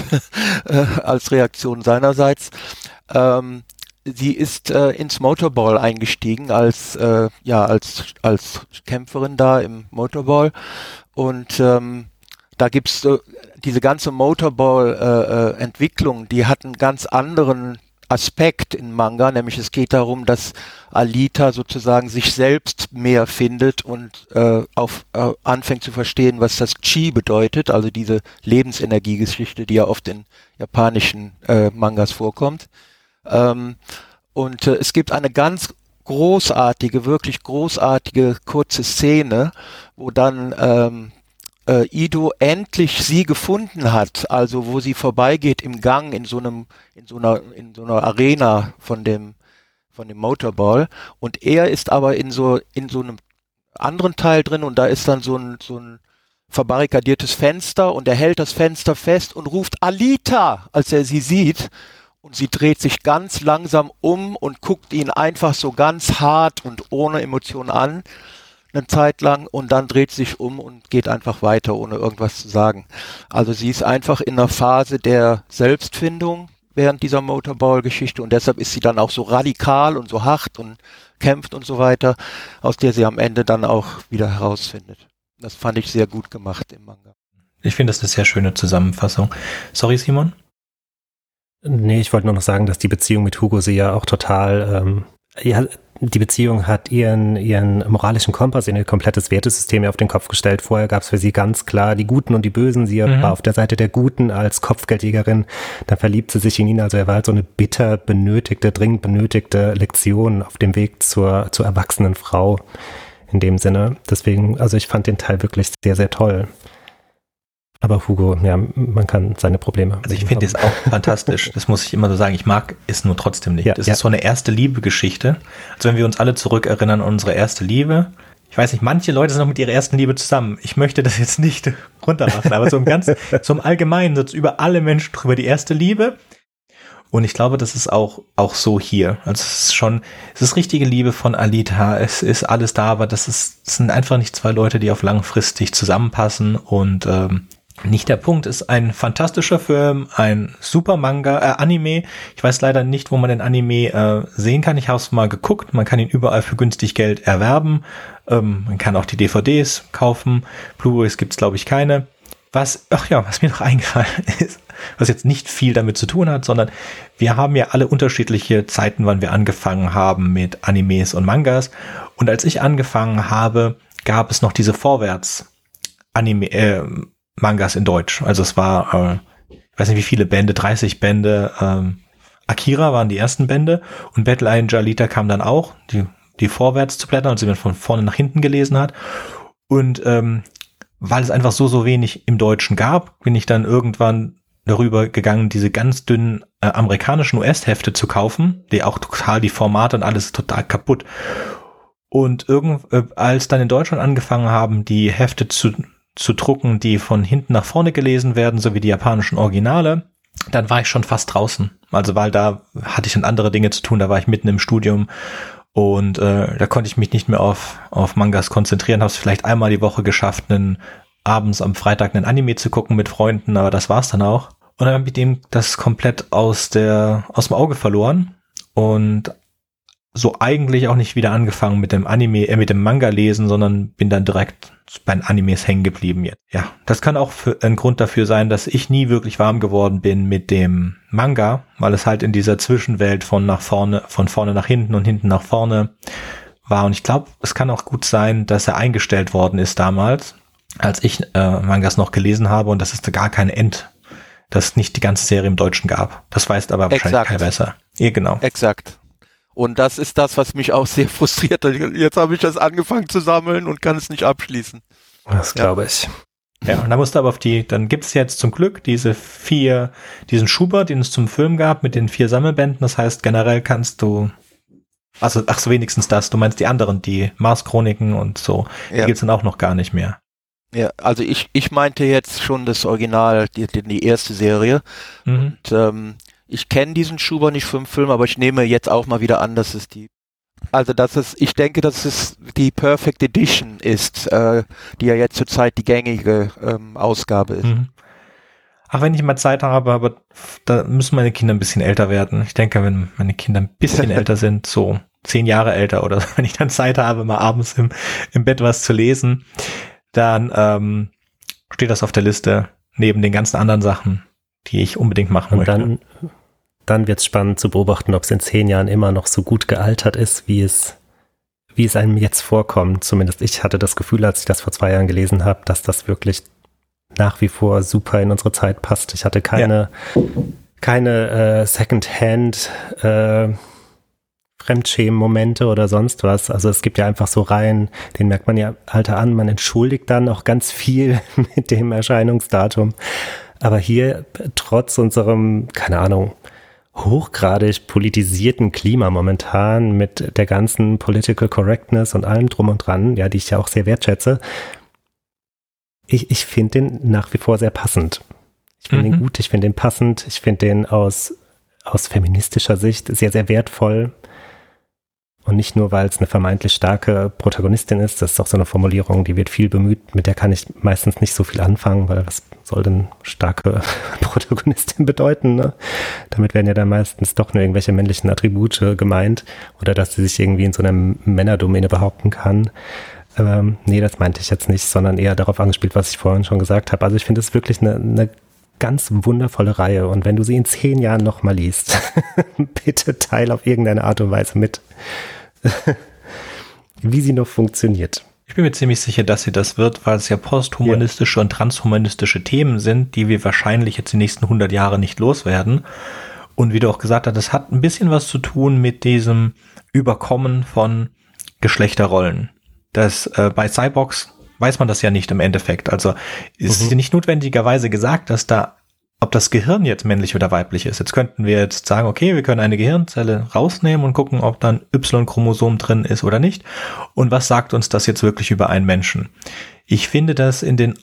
als Reaktion seinerseits. Ähm, sie ist äh, ins Motorball eingestiegen als äh, ja als als Kämpferin da im Motorball. Und ähm, da gibt's äh, diese ganze Motorball-Entwicklung, äh, die hat einen ganz anderen Aspekt in Manga, nämlich es geht darum, dass Alita sozusagen sich selbst mehr findet und äh, auf, äh, anfängt zu verstehen, was das Chi bedeutet, also diese Lebensenergiegeschichte, die ja oft in japanischen äh, Mangas vorkommt. Ähm, und äh, es gibt eine ganz großartige, wirklich großartige kurze Szene, wo dann ähm, äh, Ido endlich sie gefunden hat, also wo sie vorbeigeht im Gang in so einem, in so einer, in so einer Arena von dem, von dem Motorball, und er ist aber in so, in so einem anderen Teil drin und da ist dann so ein, so ein verbarrikadiertes Fenster und er hält das Fenster fest und ruft Alita, als er sie sieht, und sie dreht sich ganz langsam um und guckt ihn einfach so ganz hart und ohne Emotion an, eine Zeit lang, und dann dreht sie sich um und geht einfach weiter, ohne irgendwas zu sagen. Also sie ist einfach in einer Phase der Selbstfindung während dieser Motorball-Geschichte und deshalb ist sie dann auch so radikal und so hart und kämpft und so weiter, aus der sie am Ende dann auch wieder herausfindet. Das fand ich sehr gut gemacht im Manga. Ich finde, das ist eine sehr schöne Zusammenfassung. Sorry, Simon? Nee, ich wollte nur noch sagen, dass die Beziehung mit Hugo sie ja auch total, ähm, ja, die Beziehung hat ihren, ihren moralischen Kompass in ihr komplettes Wertesystem auf den Kopf gestellt. Vorher gab es für sie ganz klar die Guten und die Bösen. Sie mhm. war auf der Seite der Guten als Kopfgeldjägerin. Dann verliebt sie sich in ihn. Also er war halt so eine bitter benötigte, dringend benötigte Lektion auf dem Weg zur, zur erwachsenen Frau in dem Sinne. Deswegen, also ich fand den Teil wirklich sehr, sehr toll. Aber Hugo, ja, man kann seine Probleme. Also ich finde es auch fantastisch. Das muss ich immer so sagen. Ich mag es nur trotzdem nicht. Ja, das ja. ist so eine erste Liebe-Geschichte. Also wenn wir uns alle zurückerinnern an unsere erste Liebe. Ich weiß nicht, manche Leute sind noch mit ihrer ersten Liebe zusammen. Ich möchte das jetzt nicht runtermachen, aber so im ganz, so im Allgemeinen, so über alle Menschen drüber die erste Liebe. Und ich glaube, das ist auch, auch so hier. Also es ist schon, es ist richtige Liebe von Alita. Es ist alles da, aber das ist, das sind einfach nicht zwei Leute, die auf langfristig zusammenpassen und, ähm, nicht der Punkt, ist ein fantastischer Film, ein super Manga, äh, Anime. Ich weiß leider nicht, wo man den Anime äh, sehen kann. Ich habe es mal geguckt. Man kann ihn überall für günstig Geld erwerben. Ähm, man kann auch die D V Ds kaufen. Blu-rays gibt's, glaube ich, keine. Was, ach ja, was mir noch eingefallen ist, was jetzt nicht viel damit zu tun hat, sondern wir haben ja alle unterschiedliche Zeiten, wann wir angefangen haben mit Animes und Mangas. Und als ich angefangen habe, gab es noch diese Vorwärts-Anime, äh, Mangas in Deutsch. Also es war, äh, ich weiß nicht wie viele Bände, dreißig Bände. Ähm, Akira waren die ersten Bände und Battle Angel Alita kam dann auch, die, die vorwärts zu blättern, also die man von vorne nach hinten gelesen hat. Und ähm, weil es einfach so, so wenig im Deutschen gab, bin ich dann irgendwann darüber gegangen, diese ganz dünnen äh, amerikanischen U S-Hefte zu kaufen, die auch total, die Formate und alles total kaputt. Und irgend, äh, als dann in Deutschland angefangen haben, die Hefte zu zu drucken, die von hinten nach vorne gelesen werden, sowie die japanischen Originale, dann war ich schon fast draußen. Also weil da hatte ich dann andere Dinge zu tun, da war ich mitten im Studium und äh, da konnte ich mich nicht mehr auf auf Mangas konzentrieren, habe es vielleicht einmal die Woche geschafft, einen, abends am Freitag einen Anime zu gucken mit Freunden, aber das war's dann auch. Und dann habe ich dem das komplett aus der aus dem Auge verloren und so eigentlich auch nicht wieder angefangen mit dem Anime, äh, mit dem Manga lesen, sondern bin dann direkt bei den Animes hängen geblieben jetzt. Ja, das kann auch für, ein Grund dafür sein, dass ich nie wirklich warm geworden bin mit dem Manga, weil es halt in dieser Zwischenwelt von nach vorne, von vorne nach hinten und hinten nach vorne war. Und ich glaube, es kann auch gut sein, dass er eingestellt worden ist damals, als ich äh, Mangas noch gelesen habe und dass es da gar kein End, dass es nicht die ganze Serie im Deutschen gab. Das weiß aber wahrscheinlich Exakt. keiner besser. Ja, genau. Exakt. Und das ist das, was mich auch sehr frustriert hat. Jetzt habe ich das angefangen zu sammeln und kann es nicht abschließen. Das glaube ich. Ja, und da musst du aber auf die, dann gibt es jetzt zum Glück diese vier, diesen Schubert, den es zum Film gab, mit den vier Sammelbänden. Das heißt, generell kannst du, also, ach so, wenigstens das, du meinst die anderen, die Mars-Chroniken und so, Ja. die gibt's dann auch noch gar nicht mehr. Ja, also ich, ich meinte jetzt schon das Original, die, die, die erste Serie. Mhm. Und, ähm, ich kenne diesen Schubert nicht vom Film, aber ich nehme jetzt auch mal wieder an, dass es die, also dass es, ich denke, dass es die Perfect Edition ist, äh, die ja jetzt zurzeit die gängige ähm, Ausgabe ist. Mhm. Ach, wenn ich mal Zeit habe, aber da müssen meine Kinder ein bisschen älter werden. Ich denke, wenn meine Kinder ein bisschen älter sind, so zehn Jahre älter oder so, wenn ich dann Zeit habe, mal abends im, im Bett was zu lesen, dann ähm, steht das auf der Liste neben den ganzen anderen Sachen, die ich unbedingt machen Und möchte. dann, dann wird es spannend zu beobachten, ob es in zehn Jahren immer noch so gut gealtert ist, wie es, wie es einem jetzt vorkommt. Zumindest ich hatte das Gefühl, als ich das vor zwei Jahren gelesen habe, dass das wirklich nach wie vor super in unsere Zeit passt. Ich hatte keine, ja. keine äh, Second-Hand äh, Fremdschämen-Momente oder sonst was. Also es gibt ja einfach so Reihen, den merkt man ja Alter an, man entschuldigt dann auch ganz viel mit dem Erscheinungsdatum. Aber hier, trotz unserem, keine Ahnung, hochgradig politisierten Klima momentan mit der ganzen Political Correctness und allem drum und dran, ja, die ich ja auch sehr wertschätze, ich, ich finde den nach wie vor sehr passend. Ich finde Mhm. den gut, ich finde den passend, ich finde den aus, aus feministischer Sicht sehr, sehr wertvoll. Und nicht nur, weil es eine vermeintlich starke Protagonistin ist, das ist auch so eine Formulierung, die wird viel bemüht, mit der kann ich meistens nicht so viel anfangen, weil was soll denn starke Protagonistin bedeuten, ne? Damit werden ja dann meistens doch nur irgendwelche männlichen Attribute gemeint oder dass sie sich irgendwie in so einer Männerdomäne behaupten kann. Ähm, nee, das meinte ich jetzt nicht, sondern eher darauf angespielt, was ich vorhin schon gesagt habe. Also ich finde es wirklich eine, eine ganz wundervolle Reihe und wenn du sie in zehn Jahren nochmal liest, bitte teil auf irgendeine Art und Weise mit, wie sie noch funktioniert. Ich bin mir ziemlich sicher, dass sie das wird, weil es ja posthumanistische ja. und transhumanistische Themen sind, die wir wahrscheinlich jetzt die nächsten hundert Jahre nicht loswerden. Und wie du auch gesagt hast, das hat ein bisschen was zu tun mit diesem Überkommen von Geschlechterrollen. Das äh, bei Cyborgs weiß man das ja nicht im Endeffekt. Also ist mhm. nicht notwendigerweise gesagt, dass da, ob das Gehirn jetzt männlich oder weiblich ist. Jetzt könnten wir jetzt sagen, okay, wir können eine Gehirnzelle rausnehmen und gucken, ob dann Y-Chromosom drin ist oder nicht. Und was sagt uns das jetzt wirklich über einen Menschen? Ich finde das in den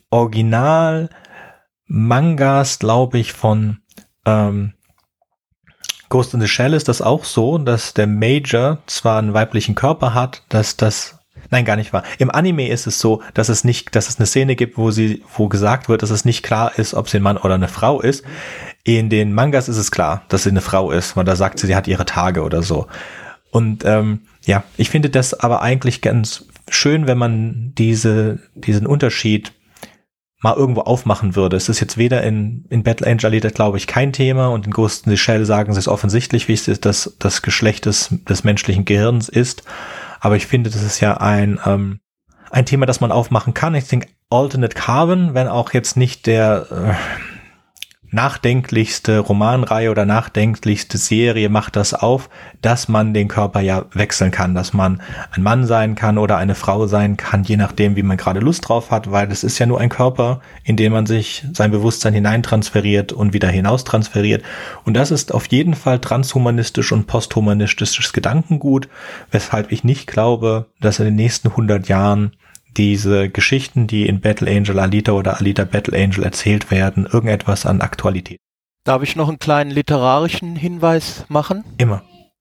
Original-Mangas, glaube ich, von ähm, Ghost in the Shell ist das auch so, dass der Major zwar einen weiblichen Körper hat, dass das Nein, gar nicht wahr. Im Anime ist es so, dass es nicht, dass es eine Szene gibt, wo sie, wo gesagt wird, dass es nicht klar ist, ob sie ein Mann oder eine Frau ist. In den Mangas ist es klar, dass sie eine Frau ist, weil da sagt sie, sie hat ihre Tage oder so. Und ähm, ja, ich finde das aber eigentlich ganz schön, wenn man diese, diesen Unterschied mal irgendwo aufmachen würde. Es ist jetzt weder in, in Battle Angel Alita, glaube ich, kein Thema und in Ghost in the Shell sagen sie es offensichtlich, wie es ist, dass das Geschlecht des, des menschlichen Gehirns ist. Aber ich finde, das ist ja ein ähm, ein Thema, das man aufmachen kann. Ich denke, Alternate Carbon, wenn auch jetzt nicht der äh, nachdenklichste Romanreihe oder nachdenklichste Serie, macht das auf, dass man den Körper ja wechseln kann, dass man ein Mann sein kann oder eine Frau sein kann, je nachdem, wie man gerade Lust drauf hat, weil es ist ja nur ein Körper, in den man sich sein Bewusstsein hineintransferiert und wieder hinaus transferiert. Und das ist auf jeden Fall transhumanistisch und posthumanistisches Gedankengut, weshalb ich nicht glaube, dass in den nächsten hundert Jahren diese Geschichten, die in Battle Angel Alita oder Alita Battle Angel erzählt werden, irgendetwas an Aktualität. Darf ich noch einen kleinen literarischen Hinweis machen? Immer.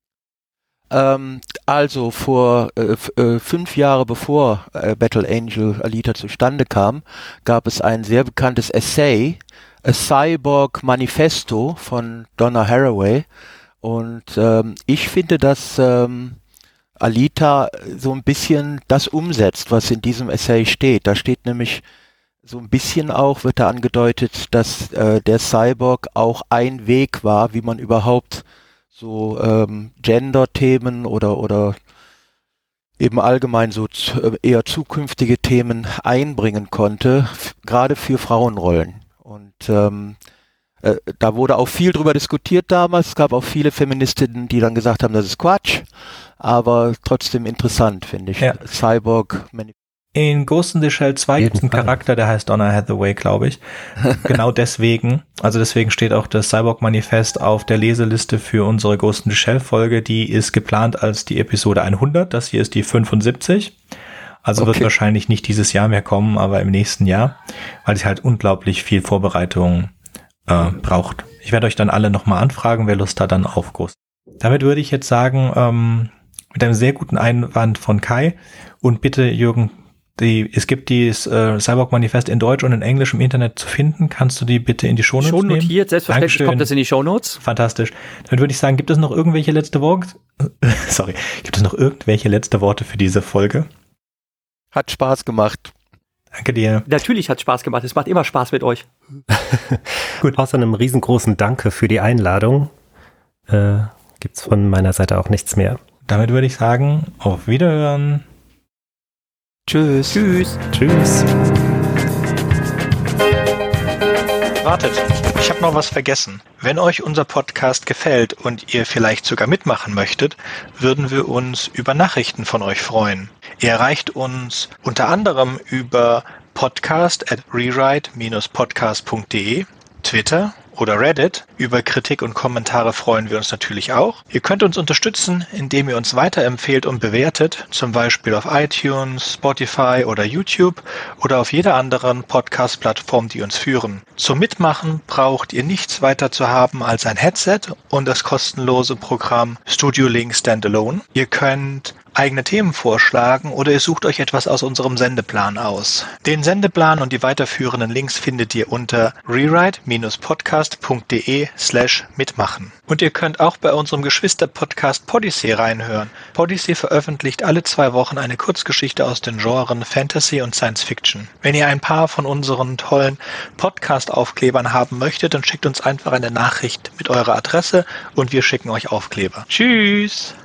Ähm, also vor äh, f- äh, fünf Jahre bevor äh, Battle Angel Alita zustande kam, gab es ein sehr bekanntes Essay A Cyborg Manifesto von Donna Haraway. Und ähm, ich finde, dass ähm, Alita so ein bisschen das umsetzt, was in diesem Essay steht. Da steht nämlich so ein bisschen auch, wird da angedeutet, dass äh, der Cyborg auch ein Weg war, wie man überhaupt so ähm, Gender-Themen oder, oder eben allgemein so z- eher zukünftige Themen einbringen konnte, f- gerade für Frauenrollen. Und ähm, äh, da wurde auch viel drüber diskutiert damals. Es gab auch viele Feministinnen, die dann gesagt haben, das ist Quatsch, aber trotzdem interessant, finde ich. Ja. Cyborg. In Ghost in the Shell zwei gibt es einen Charakter, der heißt Donna Hathaway, glaube ich. Genau deswegen, also deswegen steht auch das Cyborg-Manifest auf der Leseliste für unsere Ghost in the Shell-Folge. Die ist geplant als die Episode hundert, das hier ist die fünfundsiebzig. Also Okay. wird wahrscheinlich nicht dieses Jahr mehr kommen, aber im nächsten Jahr, weil es halt unglaublich viel Vorbereitung äh, braucht. Ich werde euch dann alle nochmal anfragen, wer Lust hat, dann auf Ghost. Damit würde ich jetzt sagen, ähm, mit einem sehr guten Einwand von Kai und bitte, Jürgen, Die, es gibt dieses äh, Cyborg-Manifest in Deutsch und in Englisch im Internet zu finden. Kannst du die bitte in die Shownotes Schon nehmen? notiert, selbstverständlich Dankeschön. kommt das in die Shownotes. Fantastisch. Dann würde ich sagen, gibt es noch irgendwelche letzte Worte? Sorry. Gibt es noch irgendwelche letzte Worte für diese Folge? Hat Spaß gemacht. Danke dir. Natürlich hat es Spaß gemacht. Es macht immer Spaß mit euch. Gut, außer einem riesengroßen Danke für die Einladung äh, gibt es von meiner Seite auch nichts mehr. Damit würde ich sagen, auf Wiederhören. Tschüss. Tschüss. Tschüss. Wartet, ich habe noch was vergessen. Wenn euch unser Podcast gefällt und ihr vielleicht sogar mitmachen möchtet, würden wir uns über Nachrichten von euch freuen. Ihr erreicht uns unter anderem über podcast at rewrite dash podcast punkt de, Twitter oder Reddit. Über Kritik und Kommentare freuen wir uns natürlich auch. Ihr könnt uns unterstützen, indem ihr uns weiterempfehlt und bewertet, zum Beispiel auf iTunes, Spotify oder YouTube oder auf jeder anderen Podcast-Plattform, die uns führen. Zum Mitmachen braucht ihr nichts weiter zu haben als ein Headset und das kostenlose Programm Studio Link Standalone. Ihr könnt eigene Themen vorschlagen oder ihr sucht euch etwas aus unserem Sendeplan aus. Den Sendeplan und die weiterführenden Links findet ihr unter rewrite dash podcast punkt de slash mitmachen. Und ihr könnt auch bei unserem Geschwister-Podcast Podyssey reinhören. Podyssey veröffentlicht alle zwei Wochen eine Kurzgeschichte aus den Genren Fantasy und Science Fiction. Wenn ihr ein paar von unseren tollen Podcast-Aufklebern haben möchtet, dann schickt uns einfach eine Nachricht mit eurer Adresse und wir schicken euch Aufkleber. Tschüss!